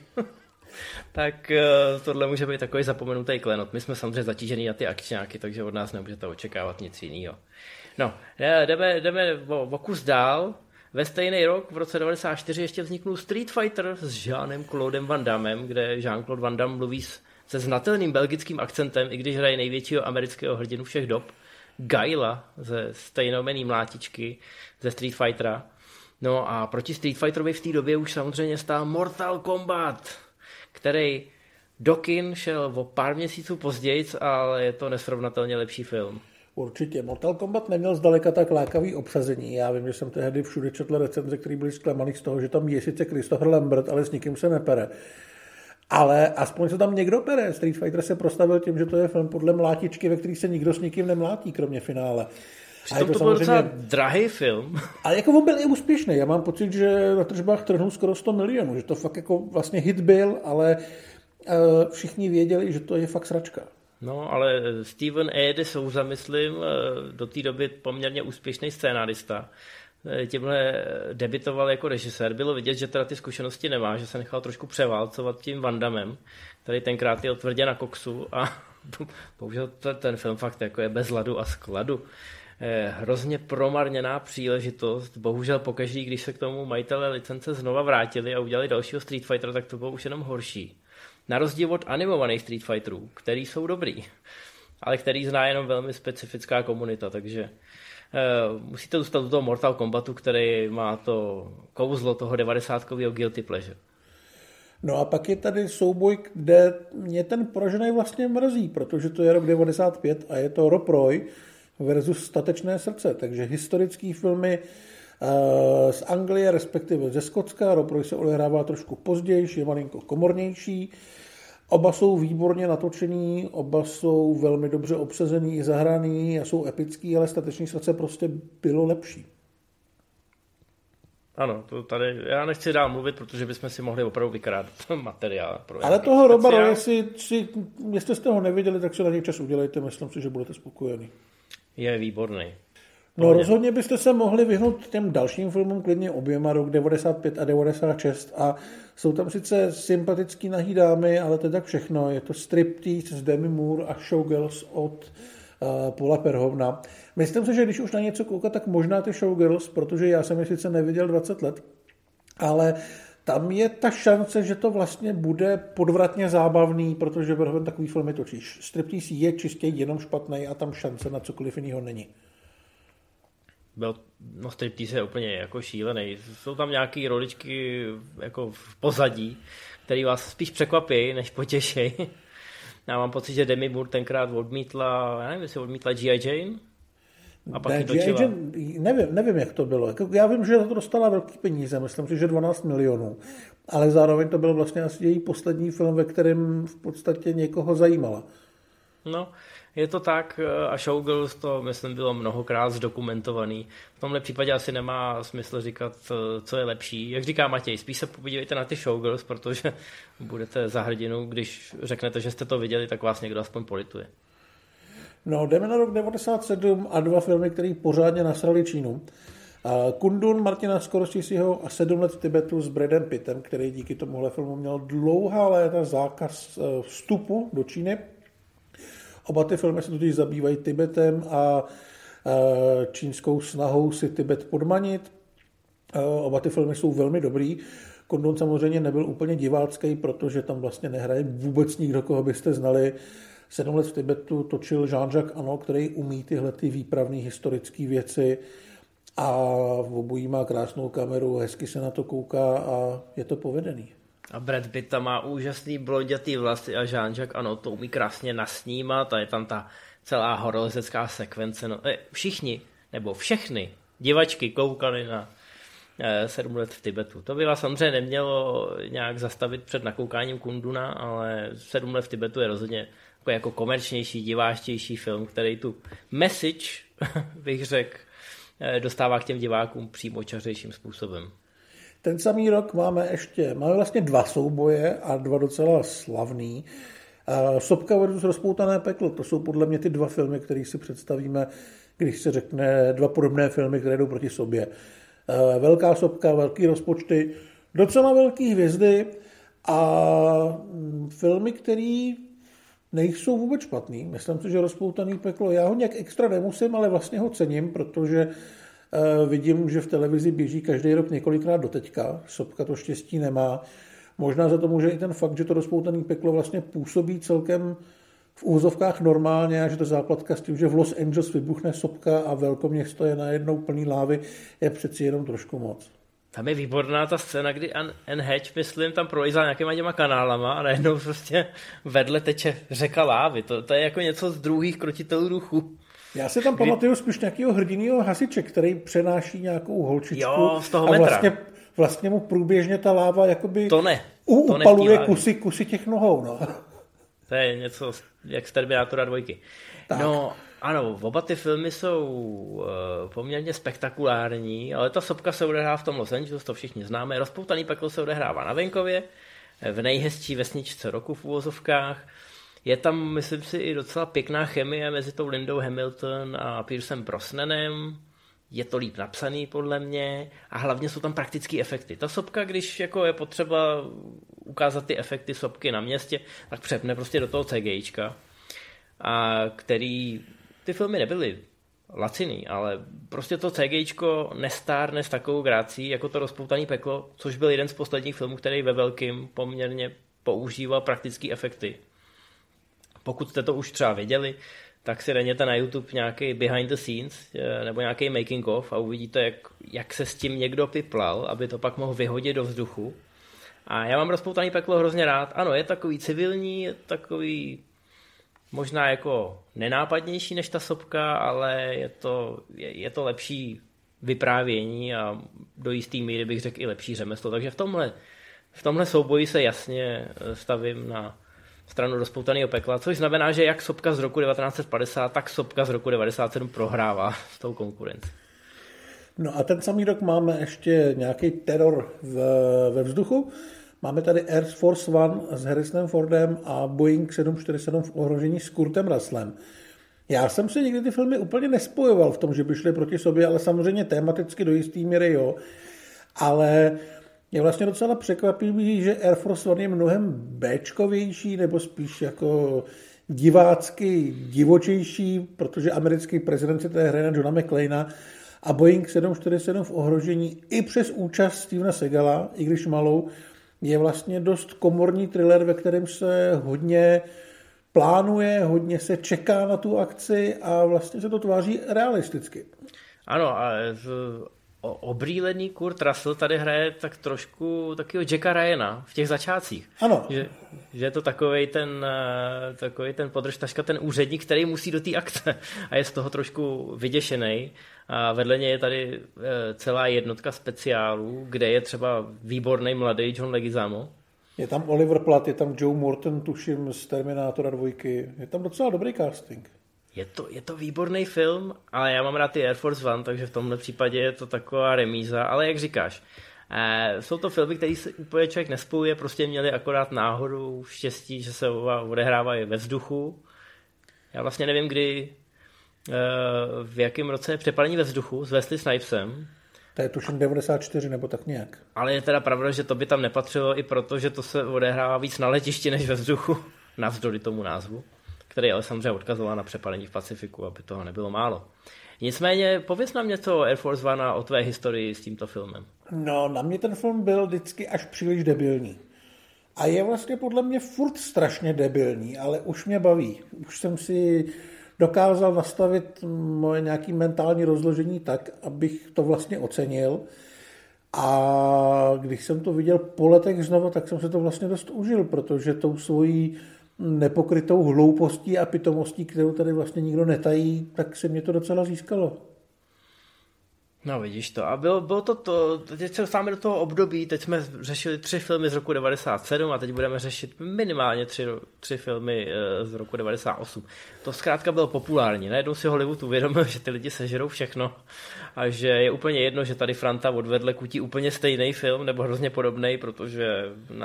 Tak tohle může být takový zapomenutý klenot. My jsme samozřejmě zatížený na ty akčňáky, takže od nás nemůžete očekávat nic jiného. No, jdeme o kus dál. Ve stejný rok, v roce 1994, ještě vzniknul Street Fighter s Jeanem-Claudem Van Dammem, kde Jean-Claude Van Damme mluví se znatelným belgickým akcentem, i když hraje největšího amerického hrdinu všech dob, Guila ze stejnomenný mlátičky ze Street Fightera. No a proti Street Fighterovi v té době už samozřejmě stál Mortal Kombat, který do kin šel o pár měsíců později, ale je to nesrovnatelně lepší film. Určitě. Mortal Kombat neměl zdaleka tak lákavý obsazení. Já vím, že jsem tehdy všude četl recenze, které byly zklamaný z toho, že tam je sice Christopher Lambert, ale s nikým se nepere. Ale aspoň se tam někdo pere. Street Fighter se prostavil tím, že to je film podle mlátičky, ve který se nikdo s nikým nemlátí, kromě finále. Přitom to byl docela drahý film. Ale jako on byl i úspěšný. Já mám pocit, že na tržbách trhnul skoro 100 milionů. Že to fakt jako vlastně hit byl, ale všichni věděli, že to je fakt sračka. No, ale Steven E. de Souza, myslím, do té doby poměrně úspěšný scénárista, tímhle debitoval jako režisér. Bylo vidět, že teda ty zkušenosti nemá, že se nechal trošku převálcovat tím Van Dammem, který tenkrát je tvrdě na koksu a bohužel ten film fakt jako je bez ladu a skladu. Hrozně promarněná příležitost. Bohužel pokaždý, když se k tomu majitelé licence znova vrátili a udělali dalšího Street Fightera, tak to bylo už jenom horší. Na rozdíl od animovaných Street Fighterů, který jsou dobrý, ale který zná jenom velmi specifická komunita, takže musíte dostat do toho Mortal Kombatu, který má to kouzlo toho 90kového guilty pleasure. No a pak je tady souboj, kde mě ten poražený vlastně mrzí, protože to je rok 95 a je to Rob Roy versus Statečné srdce, takže historické filmy z Anglie, respektive ze Skotska. Rob Roy se odehrává trošku později, je malinko komornější. Oba jsou výborně natočený, oba jsou velmi dobře obsazený i zahraný a jsou epický, ale Statečné srdce prostě bylo lepší. Ano, to tady, já nechci dál mluvit, protože bychom si mohli opravdu vykrádat materiál. Ale toho Roba Roye, jestli jste ho neviděli, tak si na něj čas udělejte, myslím si, že budete spokojení. Je výborný. No rozhodně byste se mohli vyhnout těm dalším filmům, klidně oběma, rok 95 a 96 a jsou tam sice sympatický nahý dámy, ale to je tak všechno. Je to Striptease s Demi Moore a Showgirls od Paula Verhoevena. Myslím si, že když už na něco koukat, tak možná ty Showgirls, protože já jsem je sice neviděl 20 let, ale tam je ta šance, že to vlastně bude podvratně zábavný, protože Verhoeven takový filmy točíš. Striptease je čistě jenom špatný a tam šance na cokoliv jiného není. No Striptease je úplně jako šílený. Jsou tam nějaký roličky jako v pozadí, který vás spíš překvapí, než potěší. Já mám pocit, že Demi Moore tenkrát odmítla, já nevím, jestli odmítla G.I. Jane. A pak točila. Nevím, jak to bylo. Já vím, že to dostala velký peníze, myslím si, že 12 milionů. Ale zároveň to byl vlastně asi její poslední film, ve kterém v podstatě někoho zajímala. No, je to tak a Showgirls to, myslím, bylo mnohokrát zdokumentovaný. V tomhle případě asi nemá smysl říkat, co je lepší. Jak říká Matěj, spíš se podívejte na ty Showgirls, protože budete za hrdinu, když řeknete, že jste to viděli, tak vás někdo aspoň polituje. No, jdeme na rok 97 a dva filmy, které pořádně nasrali Čínu. Kundun Martina Scorseseho a 7 let v Tibetu s Bradem Pittem, který díky tomuhle filmu měl dlouhá léta zákaz vstupu do Číny. Oba ty filmy se totiž zabývají Tibetem a čínskou snahou si Tibet podmanit. Oba ty filmy jsou velmi dobrý. Kundun samozřejmě nebyl úplně divácký, protože tam vlastně nehraje vůbec nikdo, koho byste znali. 7 let v Tibetu točil Jean-Jacques Annaud, který umí tyhle ty výpravné historické věci a v obojí má krásnou kameru, hezky se na to kouká a je to povedený. A Brad Pitt tam má úžasný blondětý vlasy a Jean-Jacques Annaud to umí krásně nasnímat a je tam ta celá horolezecká sekvence. No, všichni, nebo všechny divačky koukali na 7 let v Tibetu. To by vás samozřejmě nemělo nějak zastavit před nakoukáním Kunduna, ale 7 let v Tibetu je rozhodně jako komerčnější, diváčtější film, který tu message, bych řekl, dostává k těm divákům přímočařejším způsobem. Ten samý rok máme vlastně dva souboje a dva docela slavný. Sopka versus Rozpoutané peklo, to jsou podle mě ty dva filmy, které si představíme, když se řekne dva podobné filmy, které jdou proti sobě. Velká sopka, velký rozpočty, docela velký hvězdy a filmy, které nejsou vůbec špatný. Myslím si, že Rozpoutaný peklo, já ho nějak extra nemusím, ale vlastně ho cením, protože vidím, že v televizi běží každý rok několikrát doteďka. Sopka to štěstí nemá. Možná za to může i ten fakt, že to Rozpoutaný peklo vlastně působí celkem v úzovkách normálně a že to záplatka s tím, že v Los Angeles vybuchne sopka a velkoměsto je najednou plný lávy, je přeci jenom trošku moc. Tam je výborná ta scéna, kdy Anne Hatch, myslím, tam prolízá nějakýma těma kanálama a najednou prostě vedle teče řeka lávy. To je jako něco z druhých krotitelů duchu. Já si tam pamatuju spíš nějakého hrdinného hasiče, který přenáší nějakou holčičku z toho metra. A vlastně mu průběžně ta láva jakoby upaluje kusy těch nohou. No. To je něco jak z Terminátora 2. Tak. No, ano, oba ty filmy jsou poměrně spektakulární, ale ta sopka se odehrává v tom Los Angeles, to všichni známe. Rozpoutaný peklo se odehrává na venkově, v nejhezčí vesničce roku v úvozovkách. Je tam, myslím si, i docela pěkná chemie mezi tou Lindou Hamilton a Piercem Brosnanem. Je to líp napsaný, podle mě, a hlavně jsou tam praktické efekty. Ta sopka, když jako je potřeba ukázat ty efekty sopky na městě, tak přepne prostě do toho CGIčka, a který ty filmy nebyly laciný, ale prostě to CGIčko nestárne s takovou grácí, jako to Rozpoutaný peklo, což byl jeden z posledních filmů, který ve velkým poměrně používal praktické efekty. Pokud jste to už třeba viděli, tak si dejte na YouTube nějaký behind the scenes nebo nějaký making of a uvidíte, jak se s tím někdo piplal, aby to pak mohl vyhodit do vzduchu. A já mám Rozpoutaný peklo hrozně rád. Ano, je takový civilní, je takový možná jako nenápadnější než ta sopka, ale je to lepší vyprávění a do jistý míry bych řekl i lepší řemeslo. Takže v tomhle souboji se jasně stavím na stranu Rozpoutaného pekla, což znamená, že jak sopka z roku 1950, tak sopka z roku 1997 prohrává s tou konkurencí. No a ten samý rok máme ještě nějaký teror ve vzduchu. Máme tady Air Force One s Harrisonem Fordem a Boeing 747 v ohrožení s Kurtem Russellem. Já jsem si nikdy ty filmy úplně nespojoval v tom, že by šly proti sobě, ale samozřejmě tematicky do jistý míry jo. Ale je vlastně docela překvapivý, že Air Force One je mnohem béčkovější, nebo spíš jako divácky divočejší, protože americký prezident si tady hraje na Johna McClaina a Boeing 747 v ohrožení i přes účast Stevena Segala, i když malou, je vlastně dost komorní thriller, ve kterém se hodně plánuje, hodně se čeká na tu akci a vlastně se to tváří realisticky. Ano, a obrýlený Kurt Russell tady hraje tak trošku takového Jacka Ryana v těch začátcích. Ano. Že je to takovej ten podržtaška, ten úředník, který musí do té akce a je z toho trošku vyděšený. A vedle něj je tady celá jednotka speciálů, kde je třeba výborný mladý John Leguizamo. Je tam Oliver Platt, je tam Joe Morton, tuším, z Terminátora 2. Je tam docela dobrý casting. Je to výborný film, ale já mám rád ty Air Force One, takže v tomhle případě je to taková remíza, ale jak říkáš, jsou to filmy, které se úplně člověk nespojuje, prostě měli akorát náhodu, štěstí, že se odehrávají ve vzduchu. Já vlastně nevím, kdy, v jakém roce je Přepálení ve vzduchu s Wesley Snipesem. To je tuším 94 nebo tak nějak. Ale je teda pravda, že to by tam nepatřilo i proto, že to se odehrává víc na letišti než ve vzduchu, navzdory tomu názvu, který ale samozřejmě odkazoval na Přepálení v Pacifiku, aby toho nebylo málo. Nicméně, pověz nám něco o Air Force One a o tvé historii s tímto filmem. No, na mě ten film byl vždycky až příliš debilní. A je vlastně podle mě furt strašně debilní, ale už mě baví. Už jsem si dokázal nastavit moje nějaké mentální rozložení tak, abych to vlastně ocenil. A když jsem to viděl po letech znovu, tak jsem se to vlastně dost užil, protože tou svojí nepokrytou hloupostí a pitomostí, kterou tady vlastně nikdo netají, tak se mě to docela získalo. No vidíš to. A bylo to, teď se dostáváme do toho období, teď jsme řešili 3 filmy z roku 97 a teď budeme řešit minimálně 3 filmy z roku 98. To zkrátka bylo populární. Najednou si Hollywood uvědomil, že ty lidi sežerou všechno a že je úplně jedno, že tady Franta odvedle kutí úplně stejný film nebo hrozně podobný, protože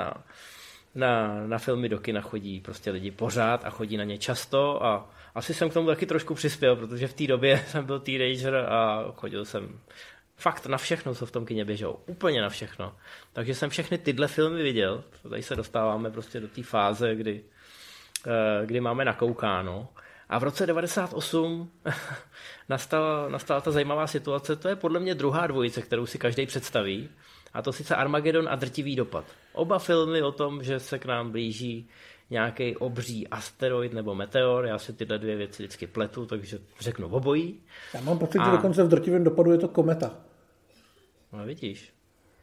na filmy do kina chodí prostě lidi pořád a chodí na ně často a asi jsem k tomu taky trošku přispěl, protože v té době jsem byl teenager a chodil jsem fakt na všechno, co v tom kině běželo. Úplně na všechno. Takže jsem všechny tyhle filmy viděl. Tady se dostáváme prostě do té fáze, kdy máme nakoukáno. A v roce 98 nastala ta zajímavá situace. To je podle mě druhá dvojice, kterou si každý představí. A to sice Armagedon a Drtivý dopad. Oba filmy o tom, že se k nám blíží nějaký obří asteroid nebo meteor. Já si tyhle dvě věci vždycky pletu, takže řeknu obojí. Já mám pocit, že dokonce v Drtivém dopadu je to kometa. No vidíš.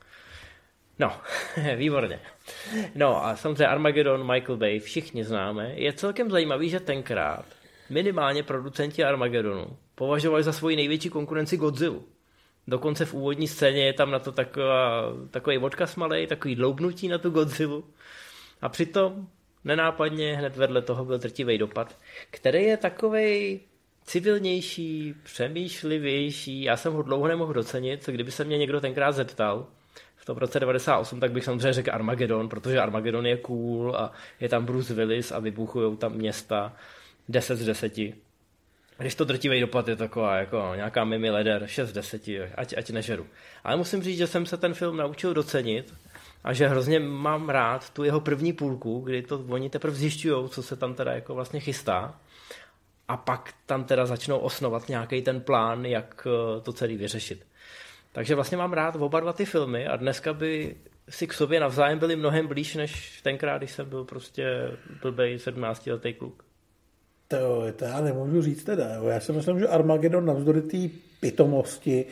No, výborně. No a samozřejmě Armageddon, Michael Bay, všichni známe. Je celkem zajímavý, že tenkrát minimálně producenti Armageddonu považovali za svoji největší konkurenci Godzillu. Dokonce v úvodní scéně je tam na to takový odkaz malej, takový dloubnutí na tu Godzillu. A přitom nenápadně hned vedle toho byl Drtivý dopad, který je takovej civilnější, přemýšlivější. Já jsem ho dlouho nemohl docenit, kdyby se mě někdo tenkrát zeptal v tom roce 98, tak bych samozřejmě řekl Armageddon, protože Armageddon je cool a je tam Bruce Willis a vybuchujou tam města 10 z 10. Když to Drtivý dopad je taková jako nějaká Mimi Leder 6 z 10, ať nežeru. Ale musím říct, že jsem se ten film naučil docenit a že hrozně mám rád tu jeho první půlku, kdy to oni teprve zjišťujou, co se tam teda jako vlastně chystá. A pak tam teda začnou osnovat nějaký ten plán, jak to celý vyřešit. Takže vlastně mám rád oba dva ty filmy a dneska by si k sobě navzájem byli mnohem blíž, než tenkrát, když jsem byl prostě blbej 17letý kluk. To já nemůžu říct teda. Já si myslím, že Armageddon navzdory té pitomosti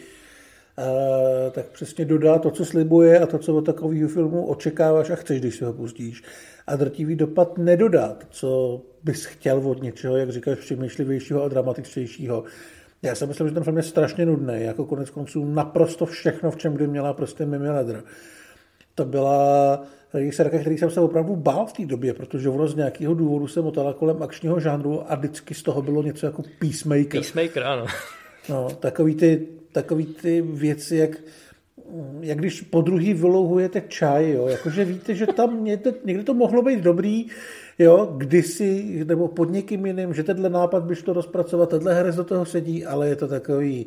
tak přesně dodá to, co slibuje a to, co od takového filmu očekáváš a chceš, když si ho pustíš. A Drtivý dopad nedodá to, co bys chtěl od něčeho, jak říkáš, přemýšlivějšího a dramatičtějšího. Já si myslím, že ten film je strašně nudný, jako konec konců naprosto všechno, v čem kdy měla prostě Mimi Leder. To byla režisérka, který jsem se opravdu bál v té době, protože ono z nějakého důvodu se motala kolem akčního žánru a vždycky z toho bylo něco jako Peacemaker. Peacemaker, ano. No, takový ty věci, jak když po druhý vylouhujete čaj, jo, jakože víte, že tam někdy to mohlo být dobrý, jo, kdysi, nebo pod někým jiným, že tenhle nápad by šlo rozpracovat, tenhle herec do toho sedí, ale je to takový...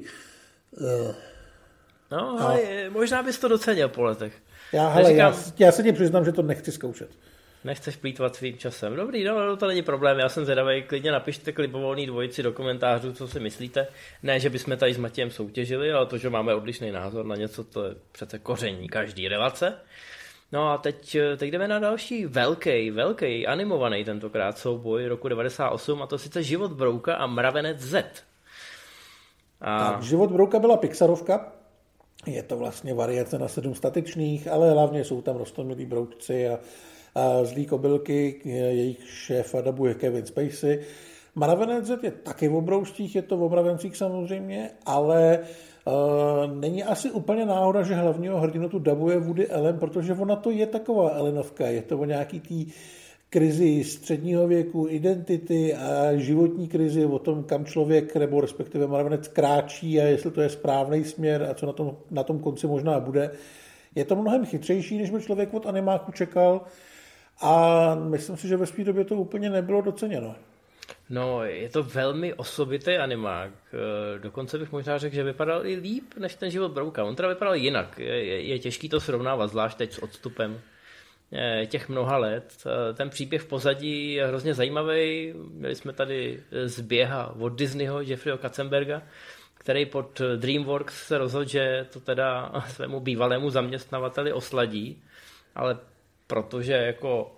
No, ale možná bys to docenil po letech. Já se ti přiznám, že to nechci zkoušet. Nechceš plýtvat svým časem. Dobrý, no to není problém, já jsem zvědavý, klidně napište k libovolný dvojici do komentářů, co si myslíte. Ne, že bychom tady s Matějem soutěžili, ale to, že máme odlišný názor na něco, to je přece koření každý relace. No a teď jdeme na další velký animovaný tentokrát souboj roku 98, a to sice Život Brouka a Mravenec Z. Tak, Život Brouka byla Pixarovka. Je to vlastně variace na 7 statečných, ale hlavně jsou tam roztomilí broučci a zlý kobylky, jejich šéfa dabuje Kevin Spacey. Mravenec Z je taky v broučcích, je to v mravencích samozřejmě, ale není asi úplně náhoda, že hlavního hrdinu tu dabuje Woody Allen, protože ona to je taková Allenovka, je to o nějaký tý krizi středního věku, identity a životní krizi, o tom, kam člověk nebo respektive mravenec kráčí a jestli to je správný směr a co na tom konci možná bude. Je to mnohem chytřejší, než by člověk od animáku čekal a myslím si, že ve své době to úplně nebylo doceněno. No, je to velmi osobitý animák. Dokonce bych možná řekl, že vypadal i líp než ten Život Brouka. On teda vypadal jinak. Je těžký to srovnávat, zvlášť teď s odstupem těch mnoha let. Ten příběh v pozadí je hrozně zajímavý. Měli jsme tady zběha od Disneyho, Jeffreyho Katzenberga, který pod DreamWorks se rozhodl, že to teda svému bývalému zaměstnavateli osladí, ale protože jako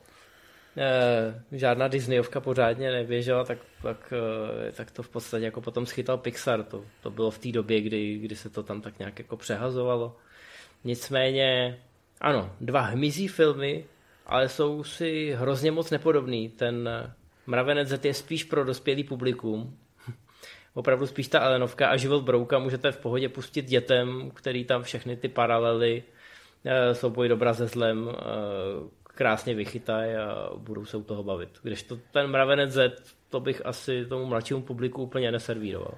žádná Disneyovka pořádně neběžela, tak to v podstatě jako potom schytal Pixar. To bylo v té době, kdy se to tam tak nějak jako přehazovalo. Nicméně, ano, 2 hmyzí filmy, ale jsou si hrozně moc nepodobný. Ten Mravenec Z je spíš pro dospělý publikum. Opravdu spíš ta Allenovka a Život Brouka můžete v pohodě pustit dětem, který tam všechny ty paralely, souboj dobra se zlem, krásně vychytají a budou se u toho bavit. Kdežto ten Mravenec Z, to bych asi tomu mladšímu publiku úplně neservíroval.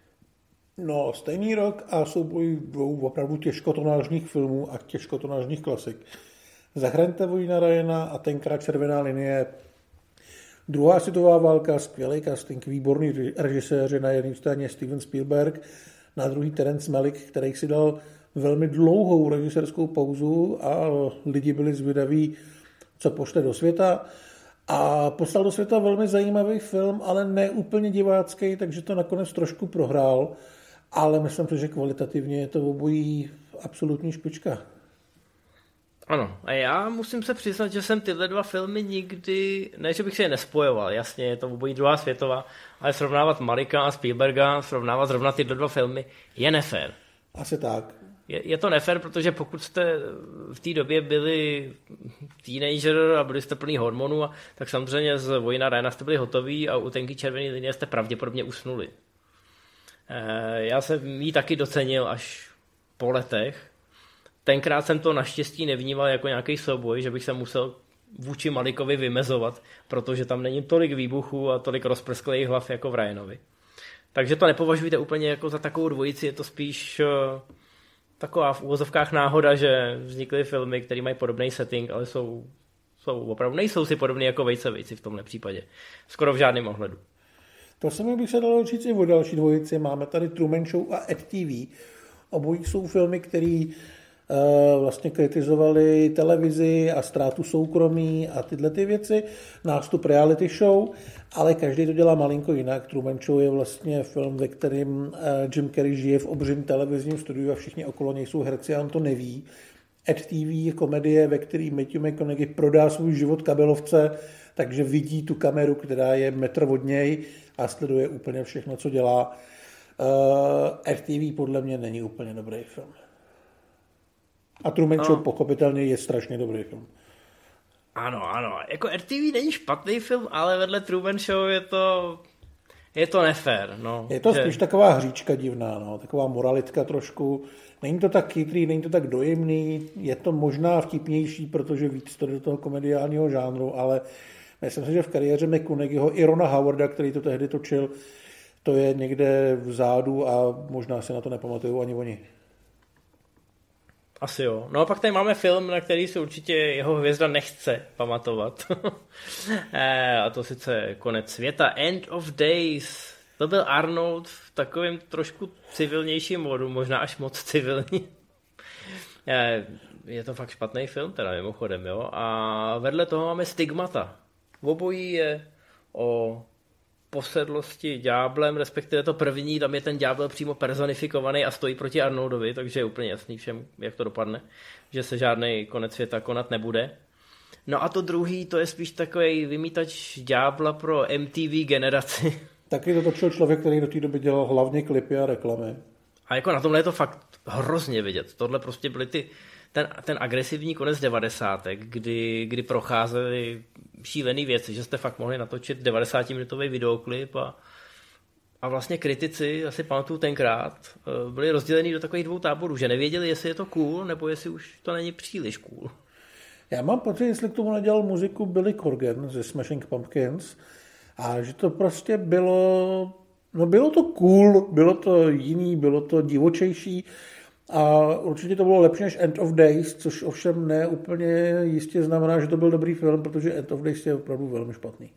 No, stejný rok a souboj 2 opravdu těžkotonážních filmů a těžkotonážních klasik. Zachraňte Vojna Ryana a tenkrát Červená linie. Druhá světová válka, skvělý casting, výborný režiséři, na jedné straně Steven Spielberg, na druhý Terence Malick, který si dal velmi dlouhou režisérskou pauzu a lidi byli zvědaví, co pošle do světa. A poslal do světa velmi zajímavý film, ale ne úplně divácký, takže to nakonec trošku prohrál. Ale myslím si, že kvalitativně je to obojí absolutní špička. Ano, a já musím se přiznat, že jsem tyhle 2 filmy nikdy, ne, že bych si je nespojoval, jasně, je to obojí druhá světová, ale srovnávat Malicka a Spielberga, srovnávat zrovna tyhle 2 filmy je nefér. Asi tak. Je to nefér, protože pokud jste v té době byli teenager a byli jste plný hormonů, tak samozřejmě z Vojna Ryana jste byli hotoví a u Tenké červené linie jste pravděpodobně usnuli. Já jsem ji taky docenil až po letech. Tenkrát jsem to naštěstí nevnímal jako nějaký souboj, že bych se musel vůči Malickovi vymezovat, protože tam není tolik výbuchů a tolik rozprsklých hlav jako v Ryanovi. Takže to nepovažujte úplně jako za takovou dvojici, je to spíš taková v úvozovkách náhoda, že vznikly filmy, které mají podobný setting, ale jsou opravdu nejsou si podobný jako vejci v tomhle případě. Skoro v žádném ohledu. To samé bych se dalo říct i o další dvojici. Máme tady Truman Show a Ed TV. Obojí jsou filmy, které vlastně kritizovali televizi a ztrátu soukromí a tyhle ty věci, nástup reality show, ale každý to dělá malinko jinak. Truman Show je vlastně film, ve kterém Jim Carrey žije v obřím televizním studiu a všichni okolo něj jsou herci a on to neví. Ed TV je komedie, ve které Matthew McConaughey prodá svůj život kabelovce, takže vidí tu kameru, která je metr od něj a sleduje úplně všechno, co dělá. Ed TV podle mě není úplně dobrý film. A Truman Show pochopitelně je strašně dobrý film. Ano. Jako RTV není špatný film, ale vedle Truman Show je to nefér. No, je to spíš taková hříčka divná, no, taková moralitka trošku. Není to tak chytrý, není to tak dojemný, je to možná vtipnější, protože víc to do toho komediálního žánru, ale myslím si, že v kariéře McConaugheyho i Rona Howarda, který to tehdy točil, to je někde vzadu a možná si na to nepamatují ani oni. Asi jo. No a pak tady máme film, na který se určitě jeho hvězda nechce pamatovat. A to sice Konec světa, End of Days. To byl Arnold v takovém trošku civilnějším modu, možná až moc civilní. Je to fakt špatný film, teda mimochodem, jo. A vedle toho máme Stigmata. Obojí je o posedlosti ďáblem, respektive to první, tam je ten ďábel přímo personifikovaný a stojí proti Arnoldovi, takže je úplně jasný všem, jak to dopadne, že se žádný konec světa konat nebude. No a to druhý, to je spíš takový vymítač ďábla pro MTV generaci. Taky to točil člověk, který do té doby dělal hlavně klipy a reklamy. A jako na tomhle je to fakt hrozně vidět. Tohle prostě byly ten agresivní konec 90. kdy procházely šílený věci, že jste fakt mohli natočit 90-minutový videoklip a vlastně kritici, asi pamatuju tenkrát, byli rozděleni do takových 2 táborů, že nevěděli, jestli je to cool, nebo jestli už to není příliš cool. Já mám pocit, jestli k tomu nadělal muziku Billy Corgan ze Smashing Pumpkins a že to prostě bylo to cool, bylo to jiný, bylo to divočejší a určitě to bylo lepší než End of Days, což ovšem ne úplně jistě znamená, že to byl dobrý film, protože End of Days je opravdu velmi špatný.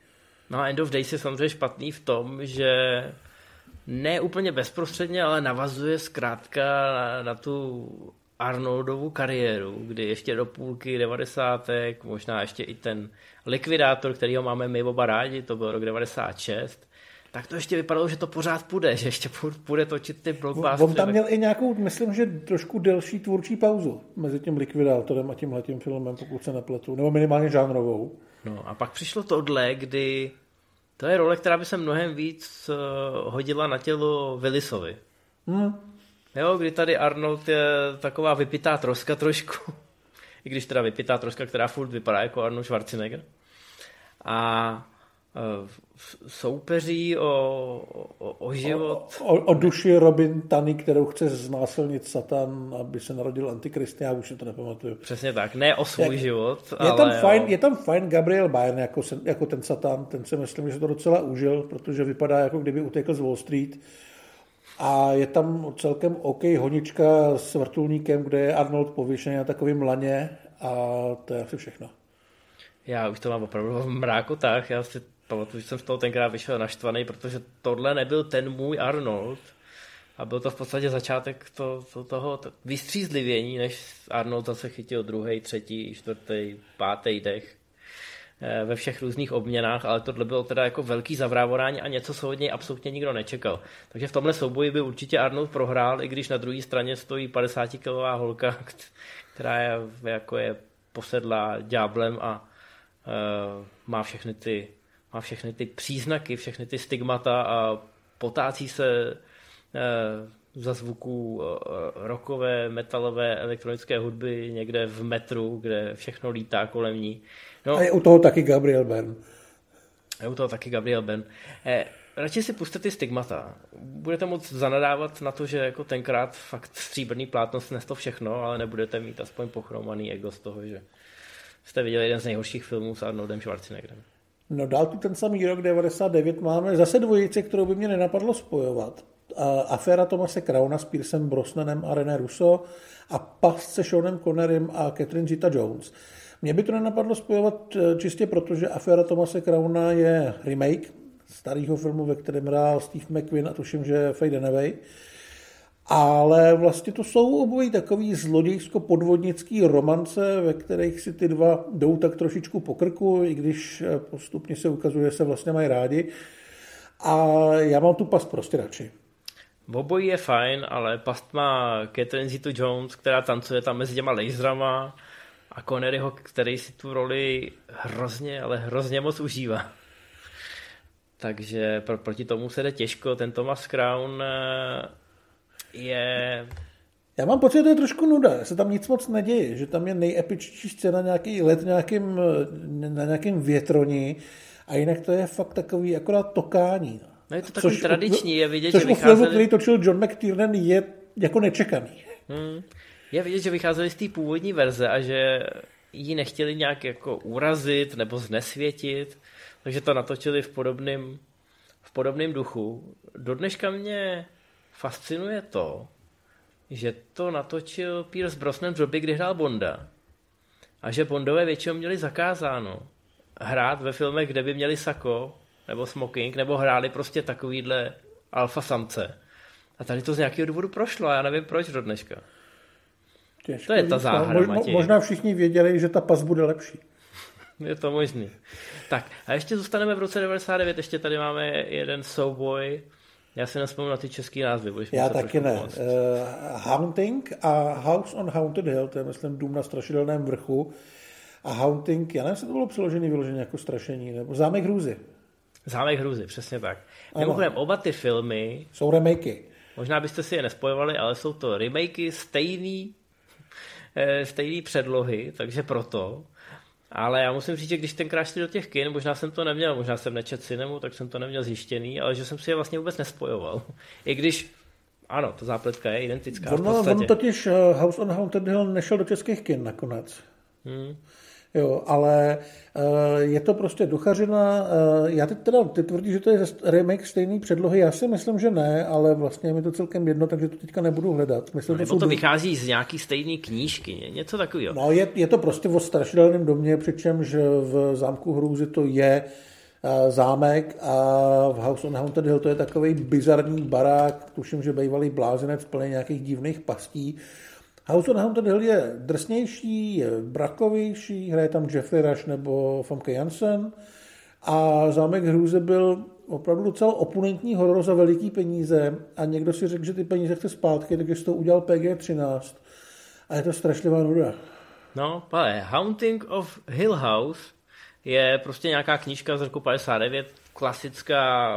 No a End of Days je samozřejmě špatný v tom, že ne úplně bezprostředně, ale navazuje zkrátka na tu Arnoldovu kariéru, kdy ještě do půlky 90. možná ještě i ten Likvidátor, kterýho máme my oba rádi, to byl rok 96, tak to ještě vypadalo, že to pořád půjde, že ještě půjde točit ty blockbustery. On tam měl i nějakou, myslím, že trošku delší tvůrčí pauzu mezi tím Likvidátorem a tímhletím filmem, pokud se nepletu, nebo minimálně žánrovou. No a pak přišlo tohle, kdy to je role, která by se mnohem víc hodila na tělo Willisovi. Jo, kdy tady Arnold je taková vypitá troska trošku, i když teda vypitá troska, která furt vypadá jako Arnold Schwarzenegger. A soupeří o život. O duši Robin Tunney, kterou chce znásilnit Satan, aby se narodil Antikrist, já už si to nepamatuju. Přesně tak, ne o svůj život, je tam fajn Gabriel Byrne jako ten Satan, ten si myslím, že se to docela užil, protože vypadá jako kdyby utekl z Wall Street. A je tam celkem OK honička s vrtulníkem, kde je Arnold pověšený na takovým laně a to je asi všechno. Já už to mám opravdu v mrákotách, já si pamatuju, že jsem z toho tenkrát vyšel naštvaný, protože tohle nebyl ten můj Arnold a byl to v podstatě začátek toho vystřízlivění, než Arnold zase chytil 2., 3., 4., 5. dech ve všech různých obměnách, ale tohle bylo teda jako velký zavrávorání a něco, co od něj absolutně nikdo nečekal. Takže v tomhle souboji by určitě Arnold prohrál, i když na druhé straně stojí 50kilová holka, která je posedlá ďáblem a má všechny ty příznaky, všechny ty stigmata a potácí se za zvuků rockové, metalové, elektronické hudby někde v metru, kde všechno lítá kolem ní. No, a je u toho taky Gabriel Byrne. Radši si puste ty stigmata. Budete moc zanadávat na to, že jako tenkrát fakt stříbrný plátno snes to všechno, ale nebudete mít aspoň pochromaný ego z toho, že jste viděli jeden z nejhorších filmů s Arnoldem Schwarzeneggerem. No dál tu ten samý rok 99 máme zase dvojici, kterou by mě nenapadlo spojovat. Aféra Thomase Crowna s Piercem Brosnanem a René Russo a Past se Seanem Connerym a Catherine Zeta-Jones. Mě by to nenapadlo spojovat čistě proto, že Aféra Thomase Crowna je remake starého filmu, ve kterém hrál Steve McQueen a tuším, že Faye Dunaway. Ale vlastně to jsou obojí takový zlodějsko-podvodnický romance, ve kterých si ty dva jdou tak trošičku po krku, i když postupně se ukazuje, že se vlastně mají rádi. A já mám tu Past prostě radši. Obojí je fajn, ale Past má Catherine Zeta-Jones, která tancuje tam mezi těma laserama a Conneryho, který si tu roli hrozně moc užívá. Takže proti tomu se jde těžko. Ten Thomas Crown je... Já mám pocit, že to je trošku nuda, že se tam nic moc neděje, že tam je nejepičtější scéna nějaký let na nějakém větroni a jinak to je fakt takový akorát tokání. No je to takový tradiční, je vidět, že vycházeli... Což u filmu, který točil John McTiernan, je jako nečekaný. Je vidět, že vycházeli z té původní verze a že ji nechtěli nějak jako urazit nebo znesvětit, takže to natočili v podobném duchu. Do dneška mě fascinuje to, že to natočil Pierce Brosnan v době, kdy hrál Bonda a že Bondové většinou měli zakázáno hrát ve filmech, kde by měli sako nebo smoking, nebo hráli prostě takovýhle alfa samce. A tady to z nějakého důvodu prošlo a já nevím proč do dneška. Těžko to je ta záhra, Matěj. Možná všichni věděli, že ta pas bude lepší. Je to možný. Tak a ještě zůstaneme v roce 99, ještě tady máme jeden souboj. Já si nespomínám na ty český názvy. Já taky ne. Haunting a House on Haunted Hill, to je myslím Dům na strašidelném vrchu. A Haunting, já nevím, jestli to bylo přeložený vyloženě jako strašení, nebo Zámek hrůzy. Zámek hrůzy, přesně tak. Mimochodem, oba ty filmy jsou remakey. Možná byste si je nespojovali, ale jsou to remakey stejný předlohy, takže proto. Ale já musím říct, že když tenkrát šli do těch kin, možná jsem to neměl, možná jsem nečet Cinemu, tak jsem to neměl zjištěný, ale že jsem si je vlastně vůbec nespojoval. I když, ano, ta zápletka je identická v podstatě. On totiž House on Haunted Hill nešel do českých kin nakonec. Jo, ale je to prostě duchařina. Já ty tvrdí, že to je remake stejný předlohy. Já si myslím, že ne, ale vlastně je mi to celkem jedno, takže to teďka nebudu hledat. Myslím, nebo to vychází z nějaký stejný knížky, něco takového. No, je to prostě o strašidelném domě, přičemž v Zámku hrůzy to je zámek a v House on Haunted Hill to je takový bizarní barák, tuším, že bývalý blázinec plný nějakých divných pastí. House on Haunted Hill je drsnější, je brakovější, hraje tam Jeffrey Rush nebo Famke Janssen a Zámek hrůze byl opravdu docela oponentní horor za veliký peníze a někdo si řekl, že ty peníze chce zpátky, takže z toho udělal PG-13 a je to strašlivá nuda. No, ale Haunting of Hill House je prostě nějaká knížka z roku 59, klasická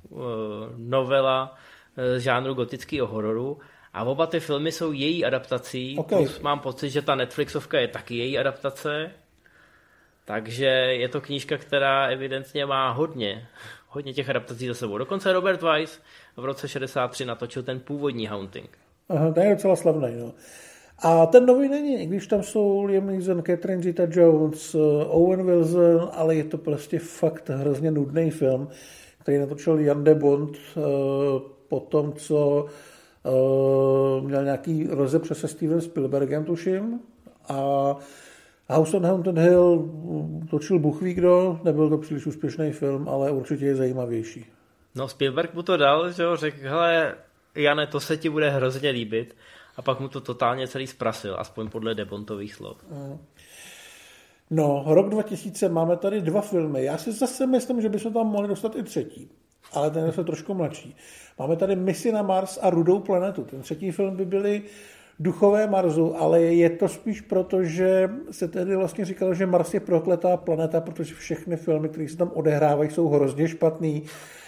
novela z žánru gotického hororu a oba ty filmy jsou její adaptací. Okay. Plus mám pocit, že ta Netflixovka je taky její adaptace, takže je to knížka, která evidentně má hodně těch adaptací za sebou. Dokonce Robert Wise v roce 63 natočil ten původní Haunting. Aha, to je docela slavný, no. A ten nový není, i když tam jsou Liam Neeson, Catherine Zeta-Jones, Owen Wilson, ale je to prostě fakt hrozně nudný film, který natočil Jan de Bont po tom, co měl nějaký rozepře se Steven Spielbergem, tuším. A House on Haunted Hill točil Bůh ví kdo, nebyl to příliš úspěšný film, ale určitě je zajímavější. No Spielberg mu to dal, že jo, řekl, hele Jane, to se ti bude hrozně líbit. A pak mu to totálně celý zprasil, aspoň podle de Bontových slov. No, rok 2000 máme tady 2 filmy. Já si zase myslím, že bychom tam mohli dostat i třetí, ale ten je trošku mladší. Máme tady Misi na Mars a Rudou planetu. Ten třetí film by byly Duchové Marsu, ale je to spíš proto, že se tedy vlastně říkalo, že Mars je prokletá planeta, protože všechny filmy, které se tam odehrávají, jsou hrozně špatný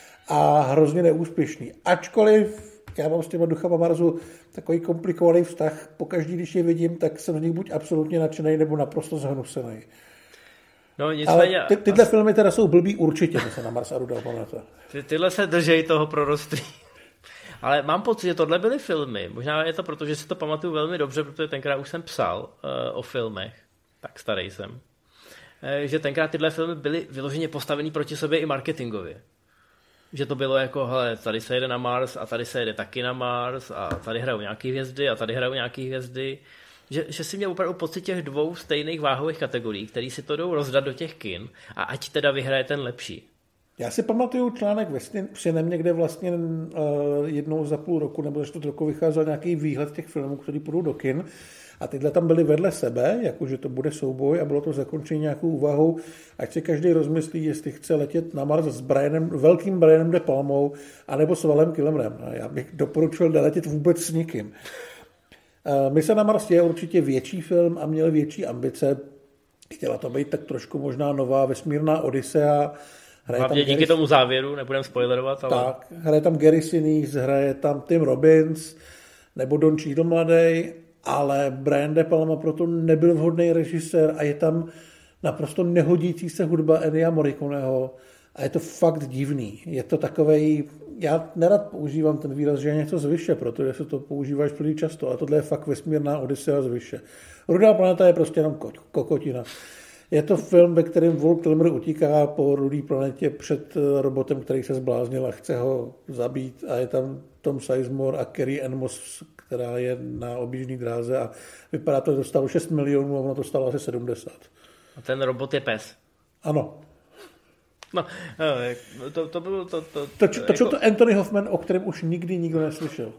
a hrozně neúspěšný. Ačkoliv já mám s těma Duchama Marsu takový komplikovaný vztah. Pokaždý, když je vidím, tak jsem z nich buď absolutně nadšený, nebo naprosto zhnusený. No, nicméně... Ale tyhle filmy teda jsou blbý určitě, Mise na Mars a Rudá planeta. Tyhle se držejí toho proroctví. Ale mám pocit, že tohle byly filmy. Možná je to proto, že si to pamatuju velmi dobře, protože tenkrát už jsem psal o filmech. Tak starý jsem. Že tenkrát tyhle filmy byly vyloženě postavený proti sobě i marketingově. Že to bylo jako, hele, tady se jede na Mars a tady se jede taky na Mars a tady hrajou nějaký hvězdy a tady hrajou nějaký hvězdy. Že si měl opravdu pocit těch 2 stejných váhových kategorií, který si to jdou rozdat do těch kin a ať teda vyhraje ten lepší. Já si pamatuju článek ve Cinemě, kde vlastně jednou za půl roku nebo za čtvrt roku vycházel nějaký výhled těch filmů, který půjdou do kin. A tyhle tam byly vedle sebe, jakože to bude souboj a bylo to zakončení nějakou úvahou, ať si každý rozmyslí, jestli chce letět na Mars s velkým Brianem De Palmou anebo s Valem Kilmerem. A já bych doporučil neletět vůbec s nikým. Mise na Mars je určitě větší film a měl větší ambice. Chtěla to být tak trošku možná nová vesmírná Odyssea. Hlavně díky tomu závěru, nebudem spoilerovat. Ale... Tak, hraje tam Gary Sinise, hraje tam Tim Robbins nebo Don Cheadle mladý. Ale Brian De Palma proto nebyl vhodný režisér a je tam naprosto nehodící se hudba Ennia Morriconeho a je to fakt divný. Je to takovej, já nerad používám ten výraz, že je něco zvyše, protože se to používáš příliš často, ale tohle je fakt vesmírná Odyssea zvyše. Rudá planeta je prostě jenom kokotina. Je to film, ve kterém Val Kilmer utíká po rudé planetě před robotem, který se zbláznil a chce ho zabít a je tam Tom Sizemore a Carrie Ann Moss, která je na objíždý dráze a vypadá to, že to stalo 6 milionů a ono to stalo asi 70. A ten robot je pes. Ano. No, to bylo to... Točil to Anthony Hoffman, o kterém už nikdy nikdo neslyšel.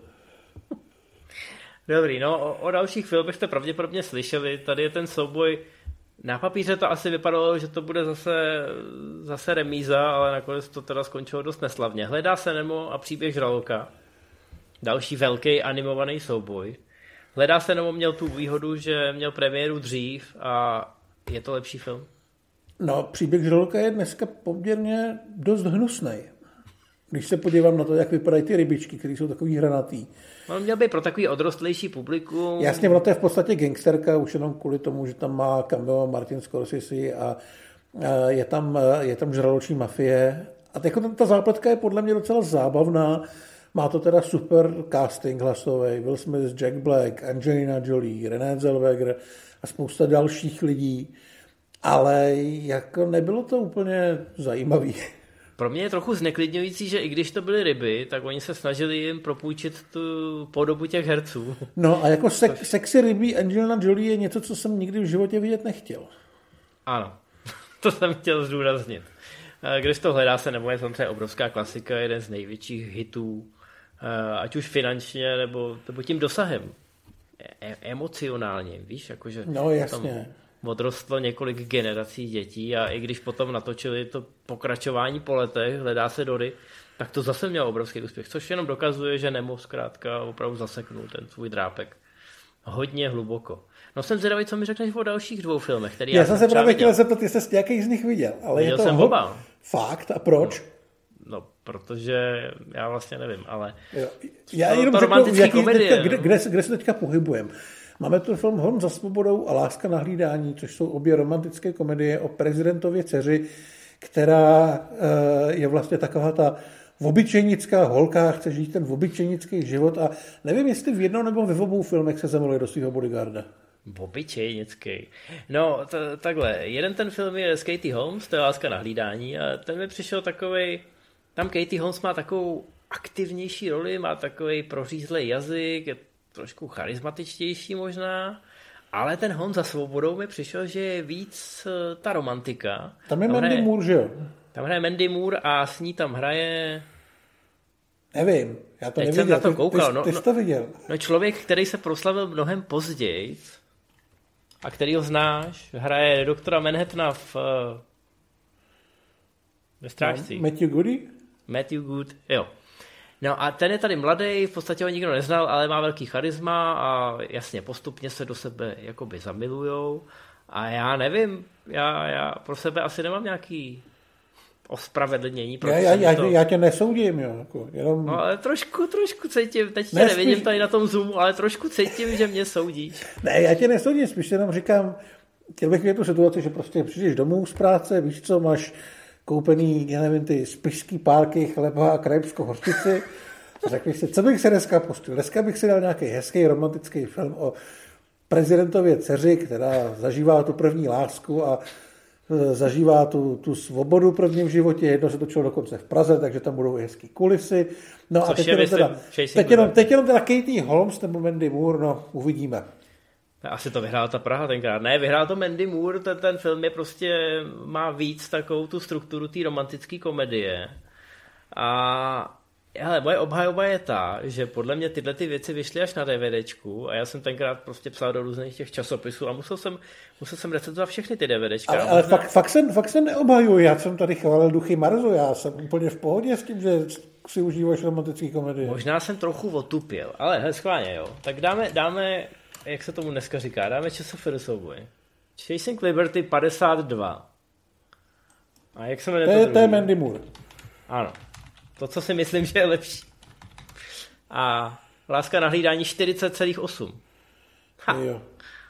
Dobrý, no o dalších filmech jste pravděpodobně slyšeli. Tady je ten souboj. Na papíře to asi vypadalo, že to bude zase remíza, ale nakonec to teda skončilo dost neslavně. Hledá se Nemo a příběh žraloka. Další velký animovaný souboj. Hledá se Nemo měl tu výhodu, že měl premiéru dřív a je to lepší film. No, příběh žraloka je dneska poměrně dost hnusnej. Když se podívám na to, jak vypadají ty rybičky, které jsou takový hranatý. On měl být pro takový odrostlejší publikum. Jasně, ono to je v podstatě gangsterka, už jenom kvůli tomu, že tam má cameo Martin Scorsese a je tam žraloční mafie. A jako ta zápletka je podle mě docela zábavná. Má to teda super casting hlasový, Will Smith, Jack Black, Angelina Jolie, Renée Zellweger a spousta dalších lidí. Ale jako nebylo to úplně zajímavý. Pro mě je trochu zneklidňující, že i když to byly ryby, tak oni se snažili jim propůjčit tu podobu těch herců. No a jako sexy rybí Angelina Jolie je něco, co jsem nikdy v životě vidět nechtěl. Ano, to jsem chtěl zdůraznit. Když to hledá se, nebo je samozřejmě obrovská klasika, jeden z největších hitů, ať už finančně, nebo tím dosahem. Emocionálně, víš, jakože no, jasně. Tam odrostlo několik generací dětí a i když potom natočili to pokračování po letech, hledá se Dory, tak to zase mělo obrovský úspěch, což jenom dokazuje, že Nemo zkrátka opravdu zaseknul ten svůj drápek hodně hluboko. No jsem zvědavý, co mi řekneš o dalších 2 filmech, který já jsem se právě chtěl zeptat, jestli jsi nějaký z nich viděl, ale viděl je to jsem oba. Fakt, a proč? No, protože já vlastně nevím, ale já jenom řeknu, kde se teďka pohybujeme. Máme tu film Hon za svobodou a Láska na hlídání, což jsou obě romantické komedie o prezidentově dceři, která je vlastně taková ta obyčejnická holka, chce žít ten obyčejnický život a nevím, jestli v jednom nebo ve obou filmech se zamiluje do svého bodyguarda. Obyčejnický. No, takhle. Jeden ten film je s Katie Holmes, to je Láska na hlídání a ten mi přišel takovej, tam Katie Holmes má takovou aktivnější roli, má takovej prořízlej jazyk, je trošku charismatičtější možná, ale ten Hon za svobodou mi přišel, že je víc ta romantika. Tam je Mandy Moore, že jo? Tam hraje Mandy Moore a s ní tam hraje... Nevím, já to neviděl. Jsem na to koukal. Ty jsi to viděl. No člověk, který se proslavil mnohem později a který ho znáš, hraje doktora Manhattana ve Strážcích. Matthew Goody? Matthew Good, jo. No a ten je tady mladý, v podstatě ho nikdo neznal, ale má velký charisma a jasně postupně se do sebe jakoby zamilujou a já nevím, já pro sebe asi nemám nějaký ospravedlnění. Já tě nesoudím, jo. Jako, jenom... No ale trošku cítím, teď tě nevidím tady na tom Zoomu, ale trošku cítím, že mě soudíš. Ne, já tě nesoudím, spíš jenom říkám, chtěl bych vidět tu situaci, že prostě přijdeš domů z práce, víš co, máš koupený, já nevím, ty spišský párky, chleba a krajibskou hořčici. Řekli si, co bych se dneska pustil? Dneska bych si dal nějaký hezký romantický film o prezidentově dceři, která zažívá tu první lásku a zažívá tu svobodu prvním v životě. Jedno se točilo dokonce v Praze, takže tam budou i hezký kulisy. No a teď jenom teda Katie Holmes nebo Mandy Moore, no uvidíme. Asi to vyhrál ta Praha tenkrát. Ne, vyhrál to Mandy Moore, ten film je prostě, má víc takovou tu strukturu té romantické komedie. A hele, moje obhajoba je ta, že podle mě tyhle ty věci vyšly až na DVDčku a já jsem tenkrát prostě psal do různých těch časopisů a musel jsem recenzovat všechny ty DVDčka. Ale fakt jsem neobhajuji, já jsem tady chválil Duchy Marzu, já jsem úplně v pohodě s tím, že si užíváš romantický komedie. Možná jsem trochu otupěl, ale schválně jo. Tak dáme, jak se tomu dneska říká, dáme časofilm souboj. Chasing Liberty 52. A jak se jmenuje to je Mandy Moore. Ano. To, co si myslím, že je lepší. A Láska na hlídání 40,8. Jo.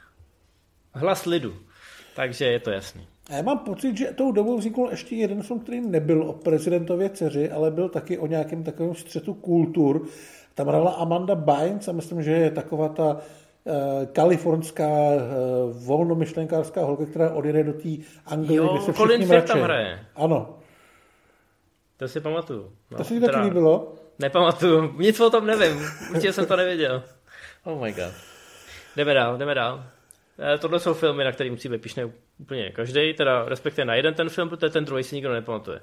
Hlas lidu. Takže je to jasný. A já mám pocit, že tou dobou vznikl ještě jeden film, který nebyl o prezidentově dceři, ale byl taky o nějakém takovém střetu kultur. Tam hrála Amanda Bynes a myslím, že je taková ta kalifornská volnomyšlenkářská holka, která odjede do té Anglie, kde se všichni mračí. Tam hraje. Ano. To si pamatuju. No, to si taky líbilo? Nepamatuju, nic o tom nevím, určitě jsem to nevěděl. Oh my god. Jdeme dál. Tohle jsou filmy, na který musí být pyšný úplně každý, teda respektive na jeden ten film, protože ten druhý si nikdo nepamatuje.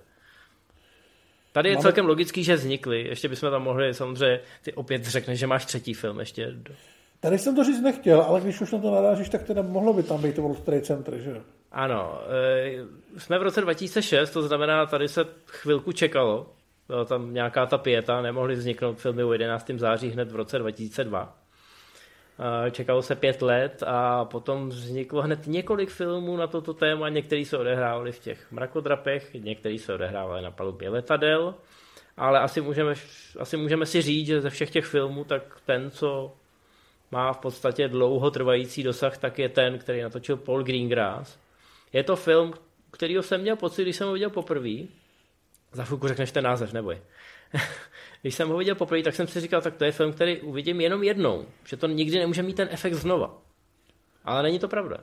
Tady je celkem logický, že vznikly, ještě bychom tam mohli, samozřejmě, ty opět řekneš, že máš třetí film ještě. Tady jsem to říct nechtěl, ale když už na to narážíš, tak teda mohlo by tam být to World Trade Center, že jo? Ano, jsme v roce 2006, to znamená, tady se chvilku čekalo, byla tam nějaká ta pieta, nemohly vzniknout filmy o 11. září hned v roce 2002. Čekalo se 5 let a potom vzniklo hned několik filmů na toto téma, některý se odehrávaly v těch mrakodrapech, některý se odehrávaly na palubě letadel, ale asi můžeme si říct, že ze všech těch filmů, tak ten, co má v podstatě dlouhotrvající dosah, tak je ten, který natočil Paul Greengrass. Je to film, kterýho jsem měl pocit, když jsem ho viděl poprvé. Za chvilku řekneš ten název, neboj. Když jsem ho viděl poprvé, tak jsem si říkal, tak to je film, který uvidím jenom jednou. Že to nikdy nemůže mít ten efekt znova. Ale není to pravda.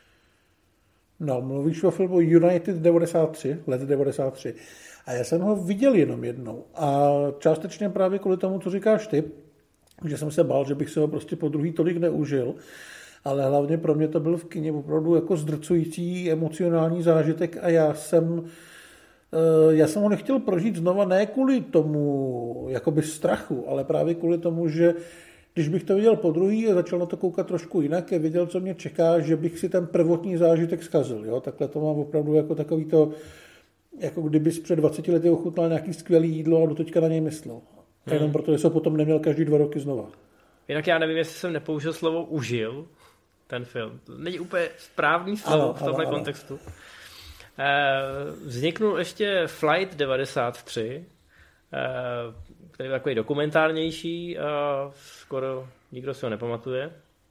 No, mluvíš o filmu United 93, let 93. A já jsem ho viděl jenom jednou. A částečně právě kvůli tomu, co říkáš ty, že jsem se bál, že bych se ho prostě po druhý tolik neužil. Ale hlavně pro mě to byl v kině opravdu jako zdrcující emocionální zážitek a já jsem Já jsem ho nechtěl prožít znova ne kvůli tomu jakoby strachu, ale právě kvůli tomu, že když bych to viděl podruhý a začal na to koukat trošku jinak a věděl, co mě čeká, že bych si ten prvotní zážitek zkazil. Jo? Takhle to mám opravdu jako takový to, jako kdybys před 20 lety ochutnal nějaký skvělý jídlo a doteďka na něj myslel. Jenom protože jsem potom neměl každý 2 roky znova. Jinak já nevím, jestli jsem nepoužil slovo užil ten film. To není úplně správný slovo v tomhle kontextu. Vzniknul ještě Flight 93, který je takový dokumentárnější a skoro nikdo si ho nepamatuje.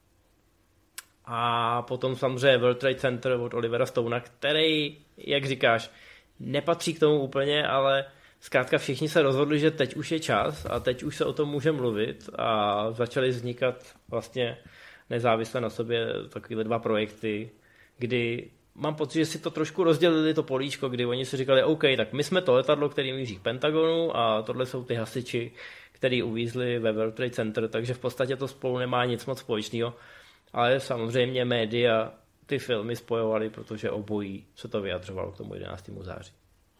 A potom samozřejmě World Trade Center od Olivera Stonea, který, jak říkáš, nepatří k tomu úplně, ale zkrátka všichni se rozhodli, že teď už je čas a teď už se o tom může mluvit a začaly vznikat vlastně nezávisle na sobě takovýhle 2 projekty, kdy mám pocit, že si to trošku rozdělili to políčko, kdy oni si říkali, OK, tak my jsme to letadlo, který míří k Pentagonu a tohle jsou ty hasiči, který uvízli ve World Trade Center, takže v podstatě to spolu nemá nic moc společného, ale samozřejmě média ty filmy spojovali, protože obojí se to vyjadřovalo k tomu 11. září.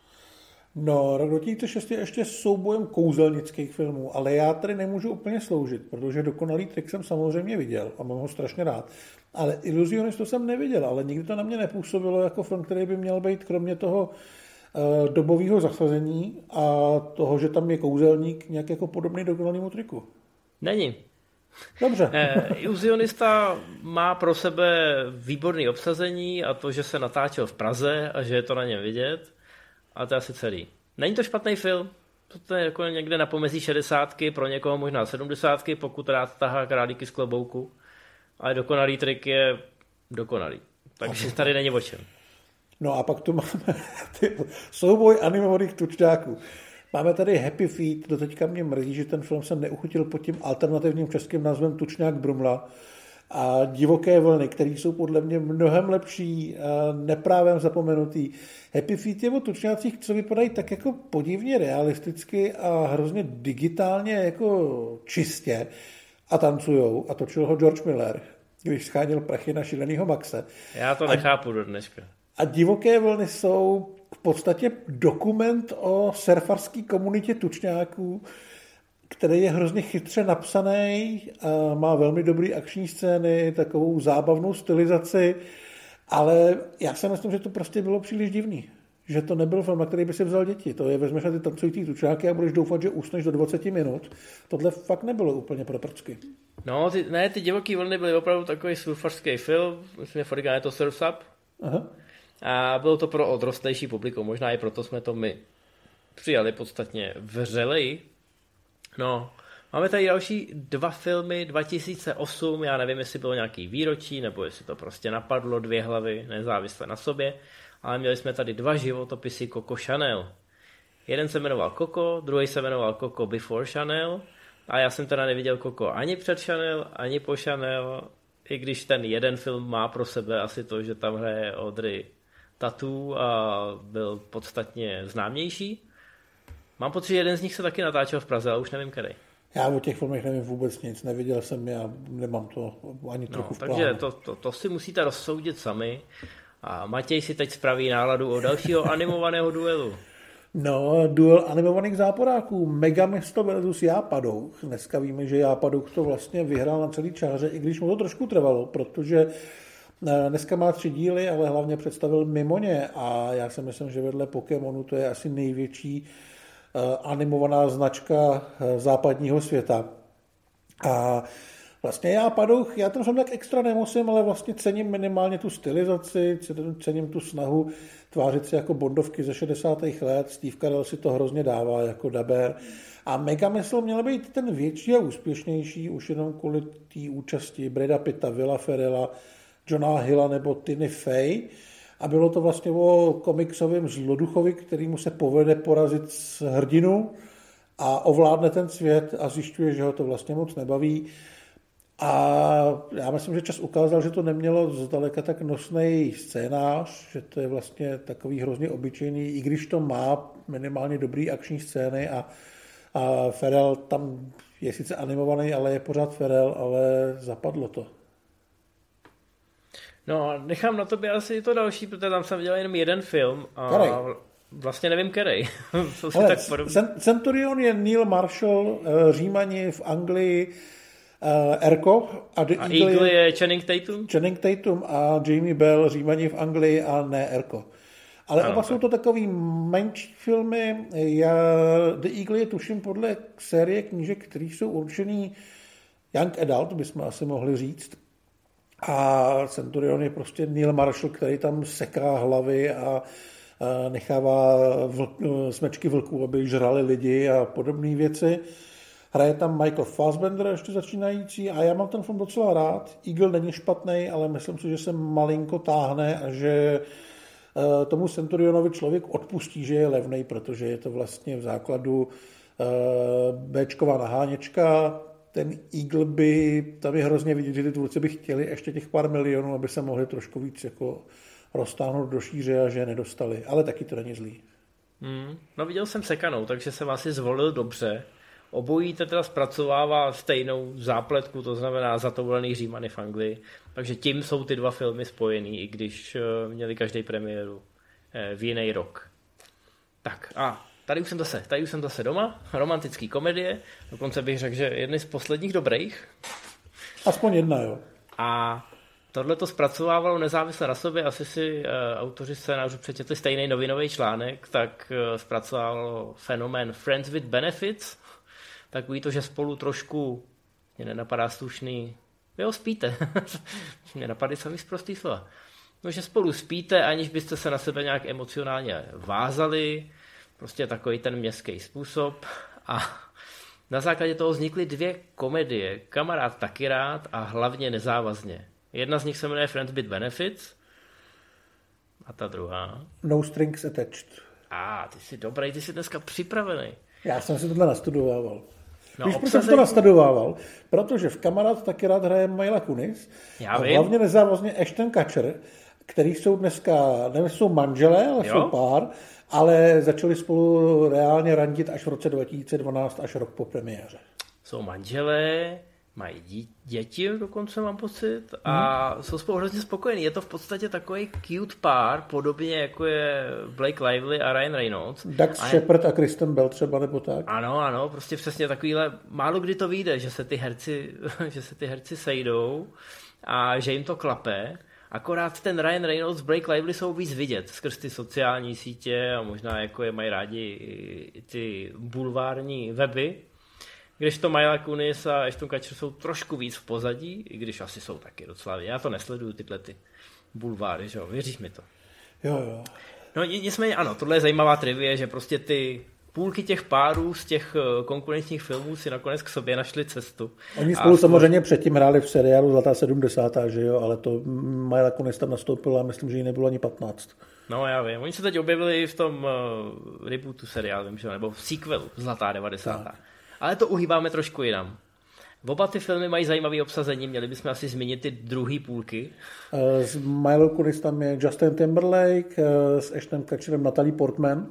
No, Rok 2006 je ještě soubojem kouzelnických filmů, ale já tady nemůžu úplně sloužit, protože Dokonalý trik jsem samozřejmě viděl a mám ho strašně rád. Ale Iluzionistu jsem neviděl, ale nikdy to na mě nepůsobilo jako film, který by měl být kromě toho dobového zasazení a toho, že tam je kouzelník nějak jako podobný Dokonalému triku. Není. Dobře. Iluzionista má pro sebe výborný obsazení a to, že se natáčel v Praze a že je to na něm vidět. A to je asi celý. Není to špatný film. To je jako někde na pomezí 60, pro někoho možná 70, pokud rád tahá králíky z klobouku. Ale Dokonalý trik je dokonalý. Takže tady není o čem. No a pak tu máme souboj animovaných tučňáků. Máme tady Happy Feet, doteďka mě mrzí, že ten film se neuchytil pod tím alternativním českým názvem Tučňák Brumla. A Divoké vlny, které jsou podle mě mnohem lepší, neprávem zapomenutý. Happy Feet je o tučňácích, co vypadají tak jako podivně realisticky a hrozně digitálně jako čistě a tancujou. A točil ho George Miller, když scháněl prachy na šílenýho Maxe. Já to nechápu do dneška. A Divoké vlny jsou v podstatě dokument o surfarské komunitě tučňáků, který je hrozně chytře napsaný, má velmi dobrý akční scény, takovou zábavnou stylizaci, ale já si myslím, že to prostě bylo příliš divný. Že to nebyl film, na který by si vzal děti. To je, vezmeš na ty tancující tučňáky a budeš doufat, že usneš do 20 minut. Tohle fakt nebylo úplně pro prcky. No, ty Divoké vlny byly opravdu takový surfarský film, myslím, že je to Surf's Up. Aha. A bylo to pro odrostlejší publikum, možná i proto jsme to my přijali podstatně vřeleji. No, máme tady další 2 filmy 2008, já nevím, jestli bylo nějaký výročí, nebo jestli to prostě napadlo 2 hlavy nezávisle na sobě, ale měli jsme tady 2 životopisy Coco Chanel. Jeden se jmenoval Coco, druhý se jmenoval Coco Before Chanel a já jsem teda neviděl Coco ani před Chanel, ani po Chanel, i když ten jeden film má pro sebe asi to, že tam hraje Audrey Tautou a byl podstatně známější. Mám pocit, že jeden z nich se taky natáčel v Praze, ale už nevím, který. Já o těch filmech nevím vůbec nic, neviděl jsem je a nemám to ani trochu v plánu. Takže to si musíte rozsoudit sami a Matěj si teď spraví náladu o dalšího animovaného duelu. No, duel animovaných záporáků. Megamisto versus Jápadouch. Dneska víme, že Jápadouch to vlastně vyhrál na celý čáře, i když mu to trošku trvalo, protože dneska má 3 díly, ale hlavně představil mimo ně a já si myslím, že vedle Pokémonu to je asi největší animovaná značka západního světa. A vlastně Jápadouch, já ten film tak extra nemusím, ale vlastně cením minimálně tu stylizaci, cením tu snahu tvářit se jako bondovky ze 60. let. Steve Carell si to hrozně dává jako daber. A Megamysl měl být ten větší a úspěšnější už jenom kvůli té účasti Brada Pitta, Willa Ferrella, Johna Hilla nebo Tiny Fey. A bylo to vlastně o komiksovém zloduchovi, kterýmu se povede porazit hrdinu a ovládne ten svět a zjišťuje, že ho to vlastně moc nebaví. A já myslím, že čas ukázal, že to nemělo zdaleka tak nosný scénář, že to je vlastně takový hrozně obyčejný, i když to má minimálně dobrý akční scény a Ferrell tam je sice animovaný, ale je pořád Ferrell, ale zapadlo to. No, nechám na tobě asi to další, protože tam jsem viděl jenom jeden film. A vlastně nevím, který. Ale Centurion je Neil Marshall, Římani v Anglii, Erko a The Eagle je Channing Tatum? Channing Tatum a Jamie Bell, Římani v Anglii a ne Erko. Ale oba jsou to takový menší filmy. The Eagle je tuším podle série knížek, které jsou určený young adult, bychom asi mohli říct. A Centurion je prostě Neil Marshall, který tam seká hlavy a nechává smečky vlků, aby žrali lidi a podobné věci. Hraje tam Michael Fassbender, ještě začínající, a já mám ten film docela rád. Eagle není špatný, ale myslím si, že se malinko táhne a že tomu Centurionovi člověk odpustí, že je levnej, protože je to vlastně v základu Bčková naháněčka. Ten Eagle by, tam je hrozně vidět, že ty tvůrci by chtěli ještě těch pár milionů, aby se mohli trošku víc jako roztáhnout do šíře a že je nedostali. Ale taky to není zlý. No viděl jsem Sekanou, takže jsem asi zvolil dobře. Obojí teda zpracovává stejnou zápletku, to znamená Zatoulaný Římany v Anglii. Takže tím jsou ty dva filmy spojený, i když měli každý premiéru v jiný rok. Tak a tady už jsem zase doma, romantický komedie, dokonce bych řekl, že jedny z posledních dobrých. Aspoň jedna, jo. A tohle to zpracovávalo nezávisle na sobě, asi si autoři scénářů přečetli stejný novinový článek, tak zpracovalo fenomén Friends with Benefits, takový to, že spolu trošku, mě nenapadá slušný, jo, spíte, mě napadají sami prostý slova, no, že spolu spíte, aniž byste se na sebe nějak emocionálně vázali, prostě takový ten městský způsob, a na základě toho vznikly dvě komedie, Kamarád taky rád a Hlavně nezávazně. Jedna z nich se jmenuje Friends with Benefits a ta druhá No Strings Attached. Ty jsi dobrý, ty jsi dneska připravený. Já jsem si tohle nastudovával. No, Víš, proč jsem to nastudovával? Protože v Kamarád taky rád hraje Mila Kunis. Já a vím. Hlavně nezávazně Ashton Kutcher, který jsou dneska, nevím, jsou manželé, ale jsou pár, ale začali spolu reálně randit až v roce 2012, až rok po premiéře. Jsou manželé, mají děti, dokonce mám pocit, a jsou spolu hrozně spokojení. Je to v podstatě takový cute pár, podobně jako je Blake Lively a Ryan Reynolds. Dax Shepard a Kristen Bell třeba, nebo tak? Ano, prostě přesně takovýhle, málo kdy to vyjde, že se ty herci sejdou a že jim to klape. Akorát ten Ryan Reynolds, Blake Lively jsou víc vidět skrz ty sociální sítě a možná jako je mají rádi ty bulvární weby. Když to Mila Kunis a Ashton Kutcher jsou trošku víc v pozadí, i když asi jsou taky docela. Já to nesleduju, tyhle ty bulváry, že jo, věříš mi to? Jo. No nicméně ano, tohle je zajímavá trivie, že prostě ty půlky těch párů z těch konkurenčních filmů si nakonec k sobě našli cestu. Oni spolu samozřejmě předtím hráli v seriálu Zlatá 70, že jo, ale to Mila Kunis tam nastoupila, myslím, že jí nebylo ani 15. No já vím, oni se teď objevili v tom rebootu seriálu, vím, že, nebo v sequelu Zlatá 90. Tak. Ale to uhýbáme trošku jinam. Oba ty filmy mají zajímavé obsazení, měli bychom asi zmínit ty druhý půlky. S Milo Kunis tam je Justin Timberlake, s Ashtonem Kutcherem Natalie Portman.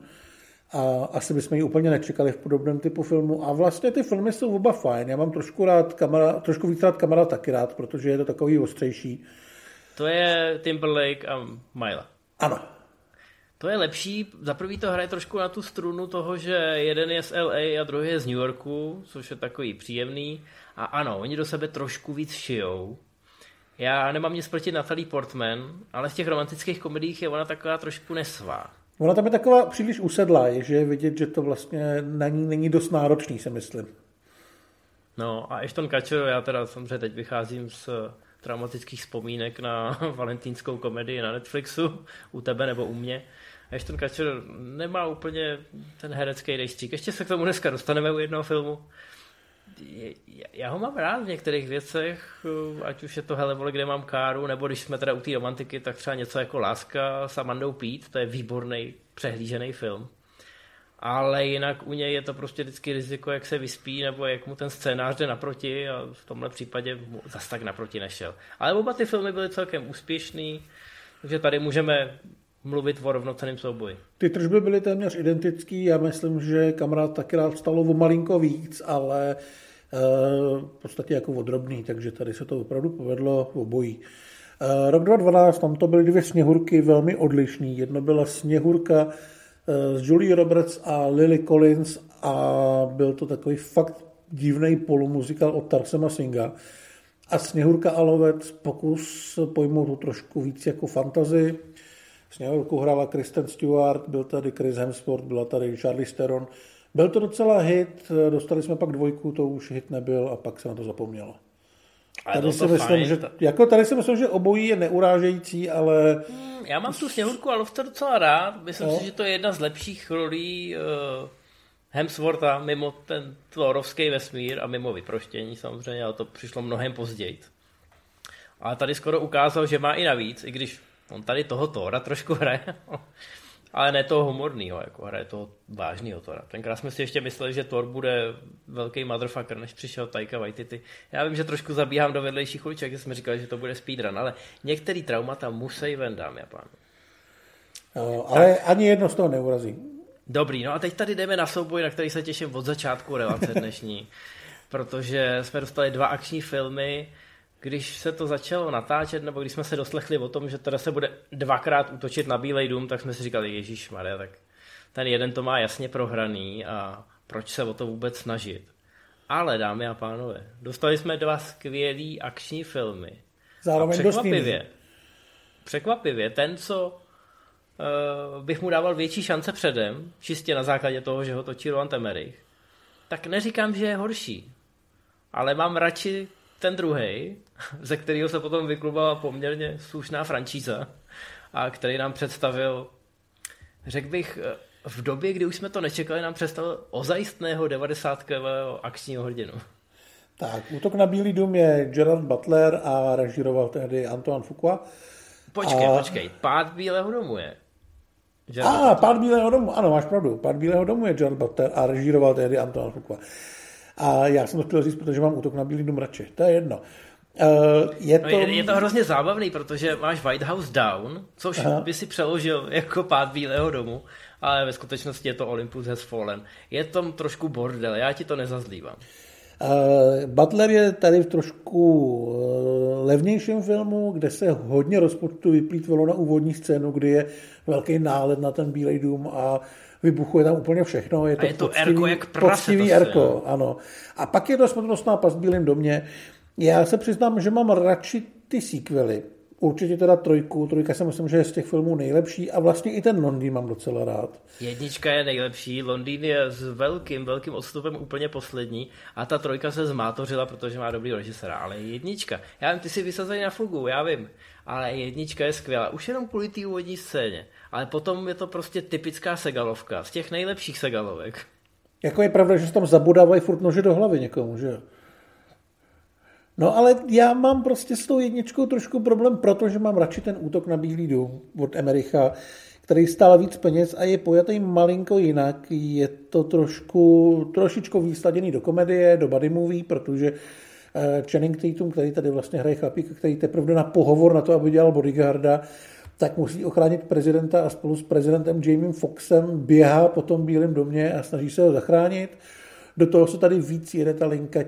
A asi bychom ji úplně nečekali v podobném typu filmu. A vlastně ty filmy jsou oba fajn. Já mám trošku víc rád Kamarád taky rád, protože je to takový ostřejší. To je Timberlake a Mila. Ano. To je lepší, za prvý to hraje trošku na tu strunu toho, že jeden je z LA a druhý je z New Yorku, což je takový příjemný. A ano, oni do sebe trošku víc šijou. Já nemám nic proti Natalie Portman, ale v těch romantických komediích je ona taková trošku nesvá. Ona tam je taková příliš usedlá, že je vidět, že to vlastně na ní není dost náročný, si myslím. No a Ashton Kutcher, já teda samozřejmě teď vycházím z traumatických vzpomínek na valentínskou komedii na Netflixu, u tebe nebo u mě. Ashton Kutcher nemá úplně ten herecký rejstřík. Ještě se k tomu dneska dostaneme u jednoho filmu. Já ho mám rád v některých věcech, ať už je to Hele vole, kde mám káru, nebo když jsme teda u té romantiky, tak třeba něco jako Láska s Amandou Peet, to je výborný přehlížený film. Ale jinak u něj je to prostě vždycky riziko, jak se vyspí, nebo jak mu ten scénář jde naproti, a v tomhle případě zas tak naproti nešel. Ale oba ty filmy byly celkem úspěšný, takže tady můžeme mluvit o rovnocenném souboji. Ty tržby byly téměř identický, já myslím, že Kamarád taky rád stalo o malinko víc, ale v podstatě jako o drobný, takže tady se to opravdu povedlo obojí. Rok 2012, tam to byly dvě sněhurky velmi odlišný. Jedno byla Sněhurka s Julie Roberts a Lily Collins a byl to takový fakt divný polomuzikál od Tarsema Singha. A Sněhurka a lovec, pokus pojmout to trošku víc jako fantasy. Sněhurku hrála Kristen Stewart, byl tady Chris Hemsworth, byla tady Charlize Theron. Byl to docela hit, dostali jsme pak 2, to už hit nebyl a pak se na to zapomnělo. Tady si myslím, že obojí je neurážející, ale... Já mám tu Sněhurku a lovce docela rád. Myslím si, že to je jedna z lepších rolí Hemswortha mimo ten thorovský vesmír a mimo Vyproštění samozřejmě, ale to přišlo mnohem později. Ale tady skoro ukázal, že má i navíc, i když on tady toho Thora trošku hraje, ale ne toho humorného, jako hraje toho vážného Thora. Tenkrát jsme si ještě mysleli, že Thor bude velký motherfucker, než přišel Taika Waititi. Já vím, že trošku zabíhám do vedlejších uliček, že jsme říkali, že to bude speedrun, ale některý traumata musí ven, dámy a pánové. Ale ani jedno z toho neurazí. Dobrý, no a teď tady jdeme na souboj, na který se těším od začátku relace dnešní, protože jsme dostali 2 akční filmy. Když se to začalo natáčet, nebo když jsme se doslechli o tom, že teda se bude 2krát útočit na Bílej dům, tak jsme si říkali, ježišmarja, tak ten jeden to má jasně prohraný a proč se o to vůbec snažit. Ale dámy a pánové, dostali jsme 2 skvělý akční filmy. Zároveň překvapivě, ten, co bych mu dával větší šance předem, čistě na základě toho, že ho točí Roland Emmerich, tak neříkám, že je horší, ale mám radši ten druhej, ze kterého se potom vyklubala poměrně slušná franšíza a který nám představil, řekl bych, v době, kdy už jsme to nečekali, nám představil ozajistného 90kového akčního hrdinu. Tak, Útok na Bílý dům je Gerard Butler a režíroval tehdy Antoine Fuqua. Počkej, Pád Bílého domu je. Pád Bílého domu, ano, máš pravdu. Pád Bílého domu je Gerard Butler a režíroval tehdy Antoine Fuqua. A já jsem to chtěl říct, protože mám Útok na Bílý dům radši. To je jedno. Je to hrozně zábavný, protože máš White House Down, což by si přeložil jako Pád Bílého domu, ale ve skutečnosti je to Olympus Has Fallen. Je tam trošku bordel, já ti to nezazlívám. Butler je tady v trošku levnějším filmu, kde se hodně rozpočtu vyplýtvalo na úvodní scénu, kdy je velký nálet na ten Bílej dům a vybuchuje tam úplně všechno. Je to poctivý erko, ano. A pak je to Smrtonosná past v Bílém domě. Já se přiznám, že mám radši ty sequely. Určitě teda 3. Trojka si myslím, že je z těch filmů nejlepší a vlastně i ten Londýn mám docela rád. 1 je nejlepší, Londýn je s velkým odstupem úplně poslední a ta 3 se zmátořila, protože má dobrý režiséra, ale 1, já vím, ty jsi vysazený na flugu, já vím, ale 1 je skvělá, už jenom kvůli té úvodní scéně, ale potom je to prostě typická Segalovka, z těch nejlepších Segalovek. Jako je pravda, že se tam zabudávají furt nože do hlavy někomu, že jo? No ale já mám prostě s tou 1 trošku problém, protože mám radši ten Útok na Bílý dům od Emmericha, který stál víc peněz a je pojatý malinko jinak. Je to trošičku výsladěný do komedie, do buddy movie, protože Channing Tatum, který tady vlastně hraje chlapík, který teprve jde na pohovor na to, aby dělal bodyguarda, tak musí ochránit prezidenta a spolu s prezidentem Jamiem Foxxem běhá po tom Bílém domě a snaží se ho zachránit. Do toho se tady víc jede ta linka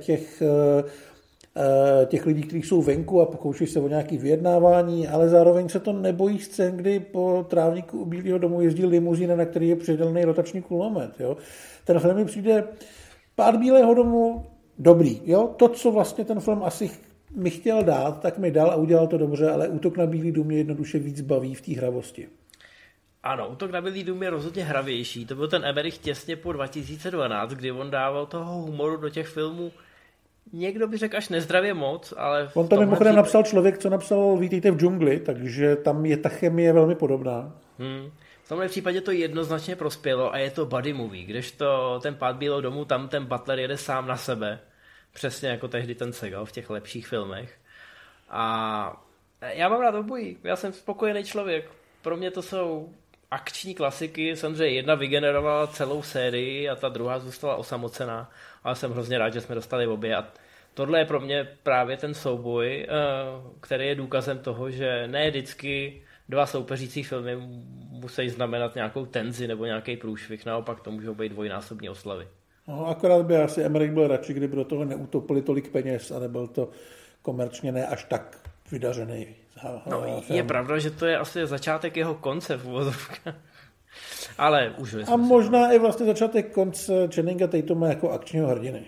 těch lidí, kteří jsou venku a pokouší se o nějaké vyjednávání, ale zároveň se to nebojí scén, kdy po trávníku u Bílého domu jezdí limuzína, na který je přidělený rotační kulomet. Jo. Ten film mi přijde Pád Bílého domu dobrý. Jo. To, co vlastně ten film asi mi chtěl dát, tak mi dal a udělal to dobře, ale Útok na Bílý dům mě jednoduše víc baví v té hravosti. Ano, Útok na Bílý dům je rozhodně hravější. To byl ten Emmerich těsně po 2012, kdy on dával toho humoru do těch filmů. Někdo by řekl až nezdravě moc, ale... On to mimochodem napsal člověk, co napsal Vítejte v džungli, takže tam je ta chemie velmi podobná. V tomhle případě to jednoznačně prospělo a je to buddy movie, kdežto ten Pád Bílého domu, tam ten Butler jede sám na sebe, přesně jako tehdy ten Segal v těch lepších filmech. A já mám rád obojí, já jsem spokojený člověk. Pro mě to jsou akční klasiky, samozřejmě 1 vygenerovala celou sérii a ta druhá zůstala osamocená, ale jsem hrozně rád, že jsme dostali obě a tohle je pro mě právě ten souboj, který je důkazem toho, že ne vždycky 2 soupeřící filmy musí znamenat nějakou tenzi nebo nějaký průšvih, naopak to můžou být dvojnásobní oslavy. No, akorát by asi Emmerich byl radši, kdyby do toho neutopili tolik peněz a nebyl to komerčně ne až tak vydařený. No, je pravda, že to je asi začátek jeho konce v uvozovkách. Ale užili jsme A možná i vlastně začátek konce Channinga Tatuma jako akčního hrdiny.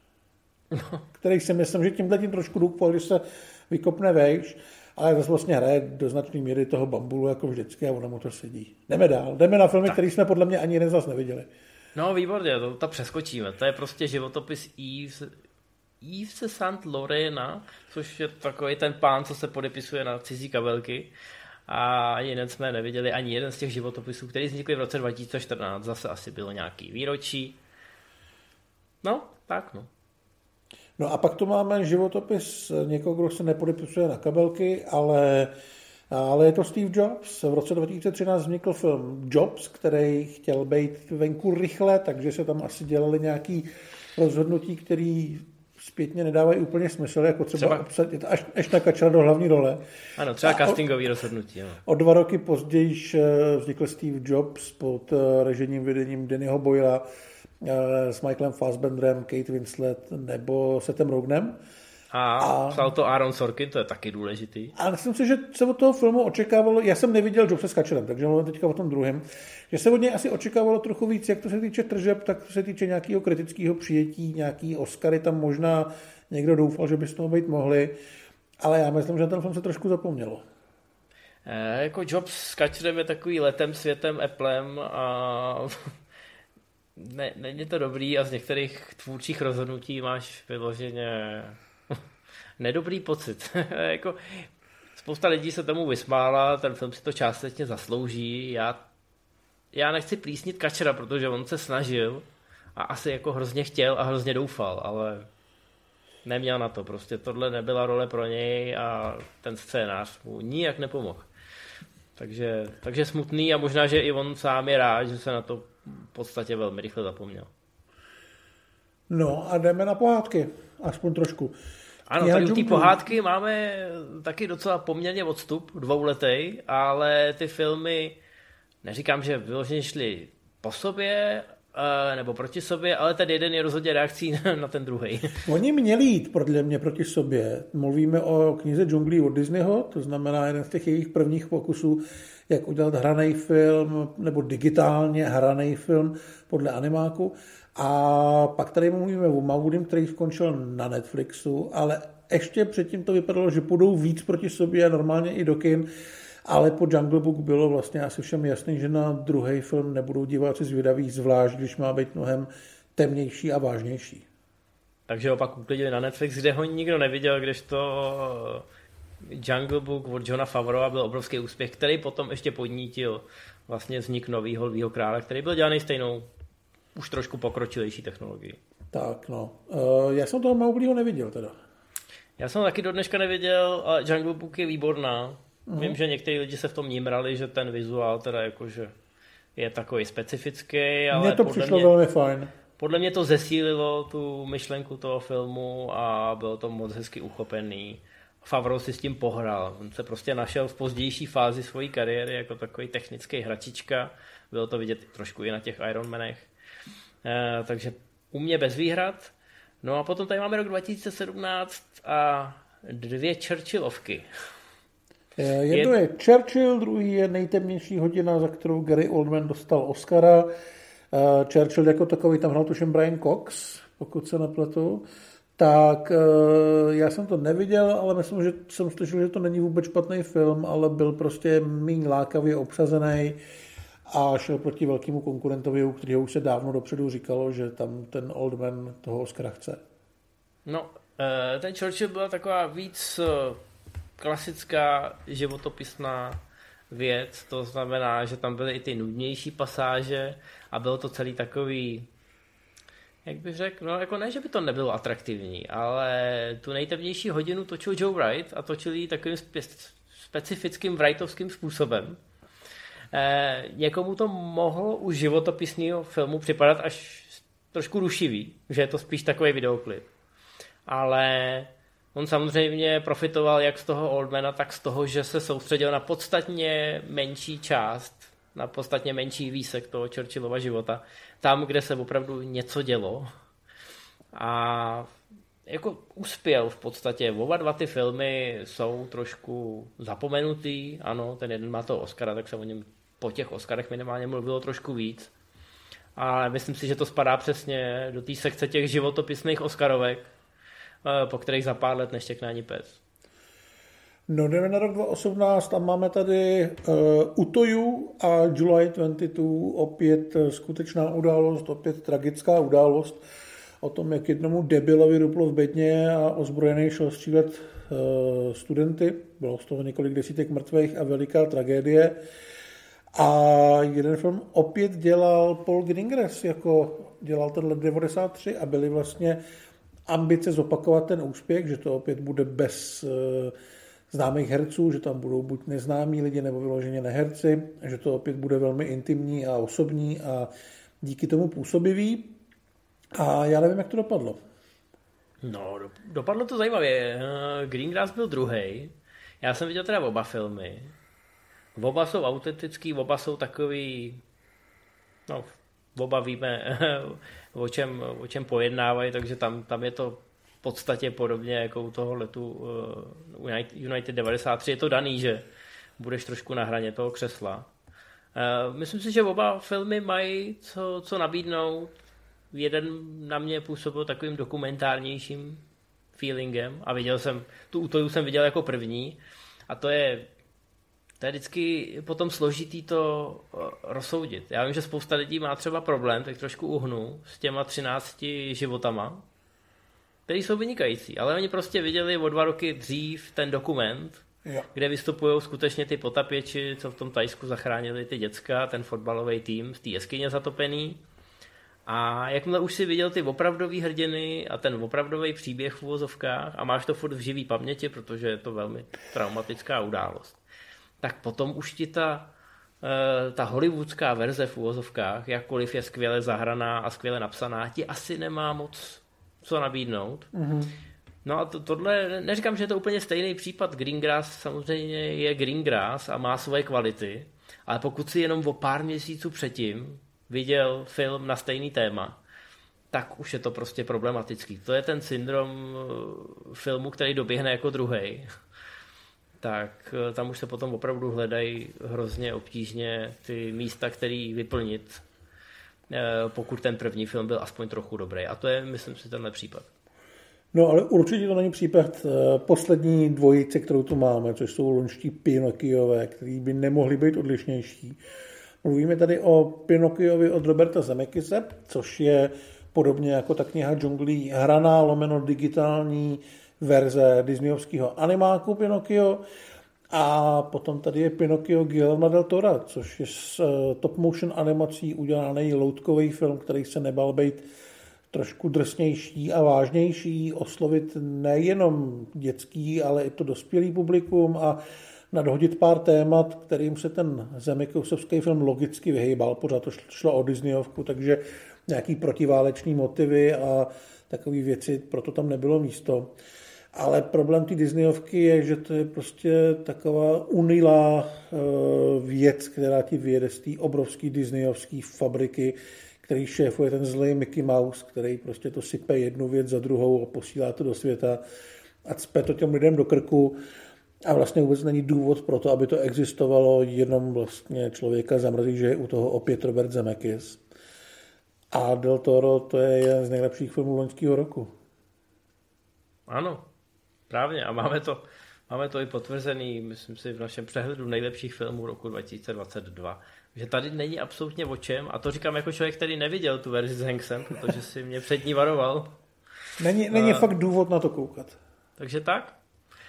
Který si myslím, že tímhle trošku doufal, když se vykopne vejš, ale zase vlastně hraje do značné míry toho bambulu jako vždycky a ono mu to sedí. Jdeme dál. Jdeme na filmy, který jsme podle mě ani jeden z vás neviděli. No výborně, to přeskočíme. To je prostě životopis Yves Saint Laurena, což je takový ten pán, co se podepisuje na cizí kabelky. A ani jeden jsme neviděli, ani jeden z těch životopisů, který vznikly v roce 2014. Zase asi bylo nějaký výročí. No, tak no. No a pak tu máme životopis někoho, kdo se nepodepisuje na kabelky, ale je to Steve Jobs. V roce 2013 vznikl film Jobs, který chtěl být venku rychle, takže se tam asi dělali nějaký rozhodnutí, který zpětně nedávají úplně smysl, jako třeba obsadit až nakačela do hlavní role. Ano, třeba castingový rozhodnutí. Jo. O 2 roky později vznikl Steve Jobs pod režijním vedením Dannyho Boyla s Michaelem Fassbenderem, Kate Winslet nebo Sethem Rogenem. A psal to Aaron Sorkin, to je taky důležitý. A myslím si, že se od toho filmu očekávalo, já jsem neviděl Jobse s Kačerem, takže mluvím teďka o tom druhém, že se od něj asi očekávalo trochu víc, jak to se týče tržeb, tak to se týče nějakého kritického přijetí, nějaký Oscary, tam možná někdo doufal, že by z toho být mohli, ale já myslím, že ten film se trošku zapomnělo. Jako Jobs s Kačerem je takový letem světem Applem a není to dobrý a z některých tvůrčích rozhodnutí máš vyloženě nedobrý pocit. Jako, spousta lidí se tomu vysmála, ten film si to částečně zaslouží. Já nechci plísnit Kačera, protože on se snažil a asi jako hrozně chtěl a hrozně doufal, ale neměl na to. Prostě tohle nebyla role pro něj a ten scénář mu nijak nepomohl. Takže smutný a možná, že i on sám je rád, že se na to v podstatě velmi rychle zapomněl. No a jdeme na pohádky, aspoň trošku. Ano, tady u té pohádky máme taky docela poměrně odstup, 2letý, ale ty filmy, neříkám, že vyloženě šly po sobě nebo proti sobě, ale ten jeden je rozhodně reakcí na ten druhý. Oni měli jít podle mě proti sobě. Mluvíme o knize džunglí od Disneyho, to znamená jeden z těch jejich prvních pokusů, jak udělat hraný film, nebo digitálně hraný film podle animáku. A pak tady mluvíme o Maudym, který skončil na Netflixu, ale ještě předtím to vypadalo, že půjdou víc proti sobě a normálně i do kin, ale po Jungle Book bylo vlastně asi všem jasný, že na druhý film nebudou diváci zvědaví, zvlášť když má být mnohem temnější a vážnější. Takže ho pak uklidili na Netflix, kde ho nikdo neviděl, kdežto Jungle Book od Johna Favreaua byl obrovský úspěch, který potom ještě podnítil vlastně vznik nového Lvího krále, který byl dělaný stejnou už trošku pokročilejší technologii. Tak no, já jsem toho Mauglího neviděl teda. Já jsem ho taky do dneška neviděl, ale Jungle Book je výborná. Vím, že někteří lidi se v tom nímrali, že ten vizuál teda jakože je takový specifický, ale mně to přišlo velmi fajn. Podle mě to zesílilo tu myšlenku toho filmu a bylo to moc hezky uchopený. Favreau si s tím pohrál. On se prostě našel v pozdější fázi své kariéry jako takový technický hračička. Bylo to vidět trošku i na těch Ironmanech. Takže u mě bez výhrad. No a potom tady máme rok 2017 a 2 Churchillovky. Jedno je Churchill, druhý je Nejtemnější hodina, za kterou Gary Oldman dostal Oscara. Churchill jako takový tam hrál tuším Brian Cox, pokud se nepletu. Tak já jsem to neviděl, ale myslím, že jsem slyšel, že to není vůbec špatný film, ale byl prostě méně lákavě obsazený a šel proti velkému konkurentovi, u kterého už se dávno dopředu říkalo, že tam ten Oldman toho Oscara chce. No, ten Churchill byla taková víc klasická životopisná věc, to znamená, že tam byly i ty nudnější pasáže a bylo to celý takový, jak bych řekl, no jako ne, že by to nebylo atraktivní, ale tu Nejtemnější hodinu točil Joe Wright a točil ji takovým specifickým Wrightovským způsobem. Někomu to mohlo u životopisného filmu připadat až trošku rušivý, že je to spíš takový videoklip. Ale on samozřejmě profitoval jak z toho Oldmana, tak z toho, že se soustředil na podstatně menší část, na podstatně menší výsek toho Churchillova života, tam, kde se opravdu něco dělo. A jako uspěl v podstatě. Oba dva ty filmy jsou trošku zapomenutý, ano, ten jeden má toho Oscara, tak se o něm v po těch Oscarech minimálně mluvilo trošku víc. A myslím si, že to spadá přesně do té sekce těch životopisných Oscarovek, po kterých za pár let neštěkne ani pes. No, jdeme na rok 2018 a máme tady Utoju a July 22, opět skutečná událost, opět tragická událost o tom, jak jednomu debilovi ruplo v bedně a ozbrojený šel střílet studenty. Bylo z toho několik desítek mrtvých a veliká tragédie. A jeden film opět dělal Paul Greengrass, jako dělal ten let 93 a byly vlastně ambice zopakovat ten úspěch, že to opět bude bez známých herců, že tam budou buď neznámí lidi nebo vyloženě neherci, že to opět bude velmi intimní a osobní a díky tomu působivý. A já nevím, jak to dopadlo. No, dopadlo to zajímavě. Greengrass byl druhej. Já jsem viděl teda oba filmy. Oba jsou autentický, oba jsou takový, no, oba víme, o čem pojednávají, takže tam je to v podstatě podobně jako u toho letu United 93. Je to daný, že budeš trošku na hraně toho křesla. Myslím si, že oba filmy mají co nabídnout. Jeden na mě působil takovým dokumentárnějším feelingem a tu Utoju jsem viděl jako první a to je vždycky potom složitý to rozsoudit. Já vím, že spousta lidí má třeba problém, tak trošku uhnu, s těma 13 životama, který jsou vynikající, ale oni prostě viděli o 2 roky dřív ten dokument, kde vystupují skutečně ty potapěči, co v tom Thajsku zachránili ty děcka, ten fotbalový tým z té jeskyně zatopený. A jakmile už si viděl ty opravdový hrdiny a ten opravdový příběh v uvozovkách a máš to furt v živý paměti, protože je to velmi traumatická událost, tak potom už ti ta hollywoodská verze v uvozovkách, jakkoliv je skvěle zahraná a skvěle napsaná, ti asi nemá moc co nabídnout. Mm-hmm. No a tohle, neříkám, že je to úplně stejný případ. Greengrass samozřejmě je Greengrass a má svoje kvality, ale pokud si jenom o pár měsíců předtím viděl film na stejný téma, tak už je to prostě problematický. To je ten syndrom filmu, který doběhne jako druhej. Tak tam už se potom opravdu hledají hrozně obtížně ty místa, který vyplnit, pokud ten první film byl aspoň trochu dobrý. A to je, myslím si, tenhle případ. No ale určitě to není případ poslední dvojice, kterou tu máme, což jsou loňští Pinocchiové, který by nemohli být odlišnější. Mluvíme tady o Pinokkiovi od Roberta Zemeckise, což je podobně jako ta kniha džunglí hraná lomeno digitální verze disneyovského animáku Pinocchio. A potom tady je Pinocchio Guillerma del Tora, což je s top motion animací udělaný loutkový film, který se nebal být trošku drsnější a vážnější, oslovit nejenom dětský, ale i to dospělý publikum a nadhodit pár témat, kterým se ten Zemeckisovský film logicky vyhejbal. Pořád to šlo o Disneyovku, takže nějaký protiváleční motivy a takové věci, proto tam nebylo místo. Ale problém té Disneyovky je, že to je prostě taková unilá věc, která ti vyjede z té obrovské disneyovské fabriky, který šéfuje ten zlej Mickey Mouse, který prostě to sype jednu věc za druhou a posílá to do světa a cpe to těm lidem do krku. A vlastně vůbec není důvod pro to, aby to existovalo, jenom vlastně člověka zamrzí, že je u toho opět Robert Zemeckis. A Del Toro, to je jeden z nejlepších filmů loňského roku. Ano, právě. A máme to i potvrzený, myslím si, v našem přehledu nejlepších filmů roku 2022. Že tady není absolutně o čem, a to říkám jako člověk, který neviděl tu verzi s Hanksem, protože si mě před ní varoval. Není fakt důvod na to koukat. Takže tak.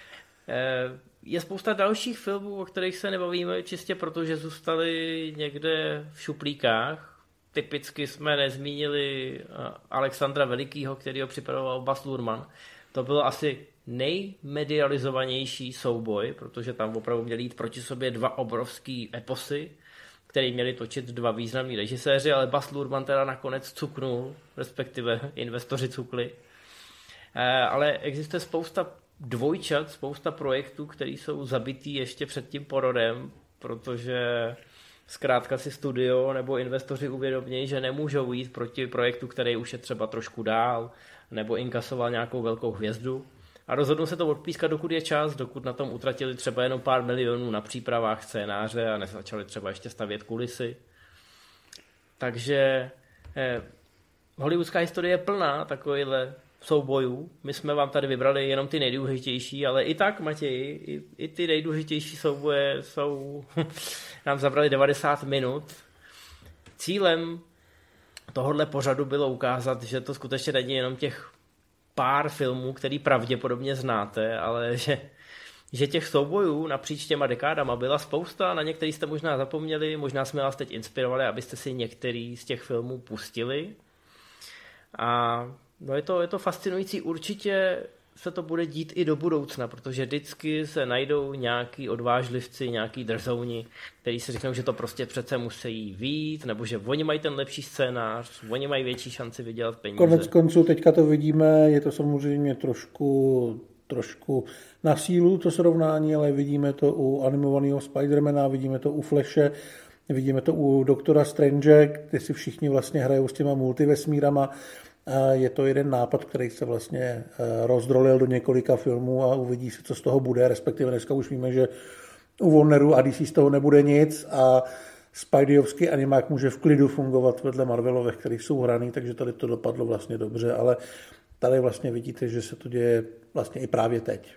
Je spousta dalších filmů, o kterých se nebavíme čistě proto, že zůstali někde v šuplíkách. Typicky jsme nezmínili Alexandra Velikýho, který ho připravoval Baz Luhrmann. To bylo asi nejmedializovanější souboj, protože tam opravdu měli jít proti sobě 2 obrovský eposy, který měli točit 2 významní režiséři, ale Baz Luhrmann teda nakonec cuknul, respektive investoři cukli. Ale existuje spousta dvojčat, spousta projektů, které jsou zabitý ještě před tím porodem, protože zkrátka si studio nebo investoři uvědomí, že nemůžou jít proti projektu, který už je třeba trošku dál, nebo inkasoval nějakou velkou hvězdu. a rozhodnou se to odpískat, dokud je čas, dokud na tom utratili třeba jenom pár milionů na přípravách scénáře a nezačali třeba ještě stavět kulisy. Takže hollywoodská historie je plná takovýchhle soubojů. My jsme vám tady vybrali jenom ty nejdůležitější, ale i tak, Matěji, i ty nejdůležitější souboje nám zabrali 90 minut. Cílem tohohle pořadu bylo ukázat, že to skutečně není jenom těch pár filmů, který pravděpodobně znáte, ale že těch soubojů napříč těma dekádama byla spousta, na některý jste možná zapomněli, možná jsme vás teď inspirovali, abyste si některý z těch filmů pustili. A no je to fascinující, určitě se to bude dít i do budoucna, protože vždycky se najdou nějaký odvážlivci, nějaký drzouni, kteří si řeknou, že to prostě přece musí vyjít, nebo že oni mají ten lepší scénář, oni mají větší šanci vydělat peníze. Konec konců teďka to vidíme, je to samozřejmě trošku na sílu to srovnání, ale vidíme to u animovaného Spidermana, vidíme to u Flashe, vidíme to u Doktora Strange, kde si všichni vlastně hrajou s těma multivesmírama. Je to jeden nápad, který se vlastně rozdrolil do několika filmů a uvidí se, co z toho bude, respektive dneska už víme, že u Warneru a DC z toho nebude nic a Spideyovský animák může v klidu fungovat vedle Marvelových, který jsou hraný, takže tady to dopadlo vlastně dobře, ale tady vlastně vidíte, že se to děje vlastně i právě teď.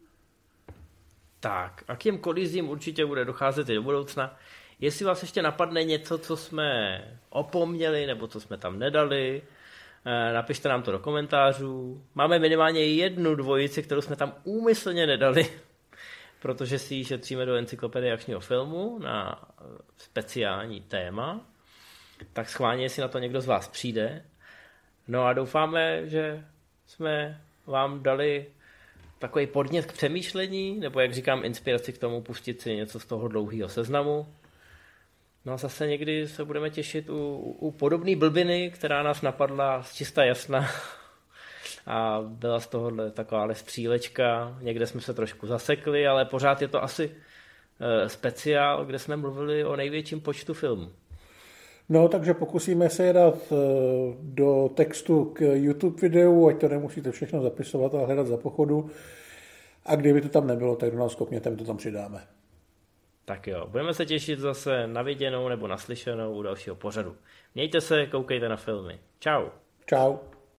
Tak a k těm kolizím určitě bude docházet i do budoucna. Jestli vás ještě napadne něco, co jsme opomněli nebo co jsme tam nedali, napište nám to do komentářů. Máme minimálně jednu dvojici, kterou jsme tam úmyslně nedali, protože si ji šetříme do encyklopedie akčního filmu na speciální téma. Tak schválně, jestli na to někdo z vás přijde. No a doufáme, že jsme vám dali takový podnět k přemýšlení, nebo jak říkám, inspiraci k tomu pustit si něco z toho dlouhého seznamu. No a zase někdy se budeme těšit u podobné blbiny, která nás napadla z čista jasna a byla z tohohle taková střílečka. Někde jsme se trošku zasekli, ale pořád je to asi speciál, kde jsme mluvili o největším počtu filmů. No, takže pokusíme se je dát do textu k YouTube videu, ať to nemusíte všechno zapisovat a hledat za pochodu. A kdyby to tam nebylo, tak do nás kopněte, my to tam přidáme. Tak jo, budeme se těšit zase na viděnou nebo naslyšenou u dalšího pořadu. Mějte se, koukejte na filmy. Čau. Čau.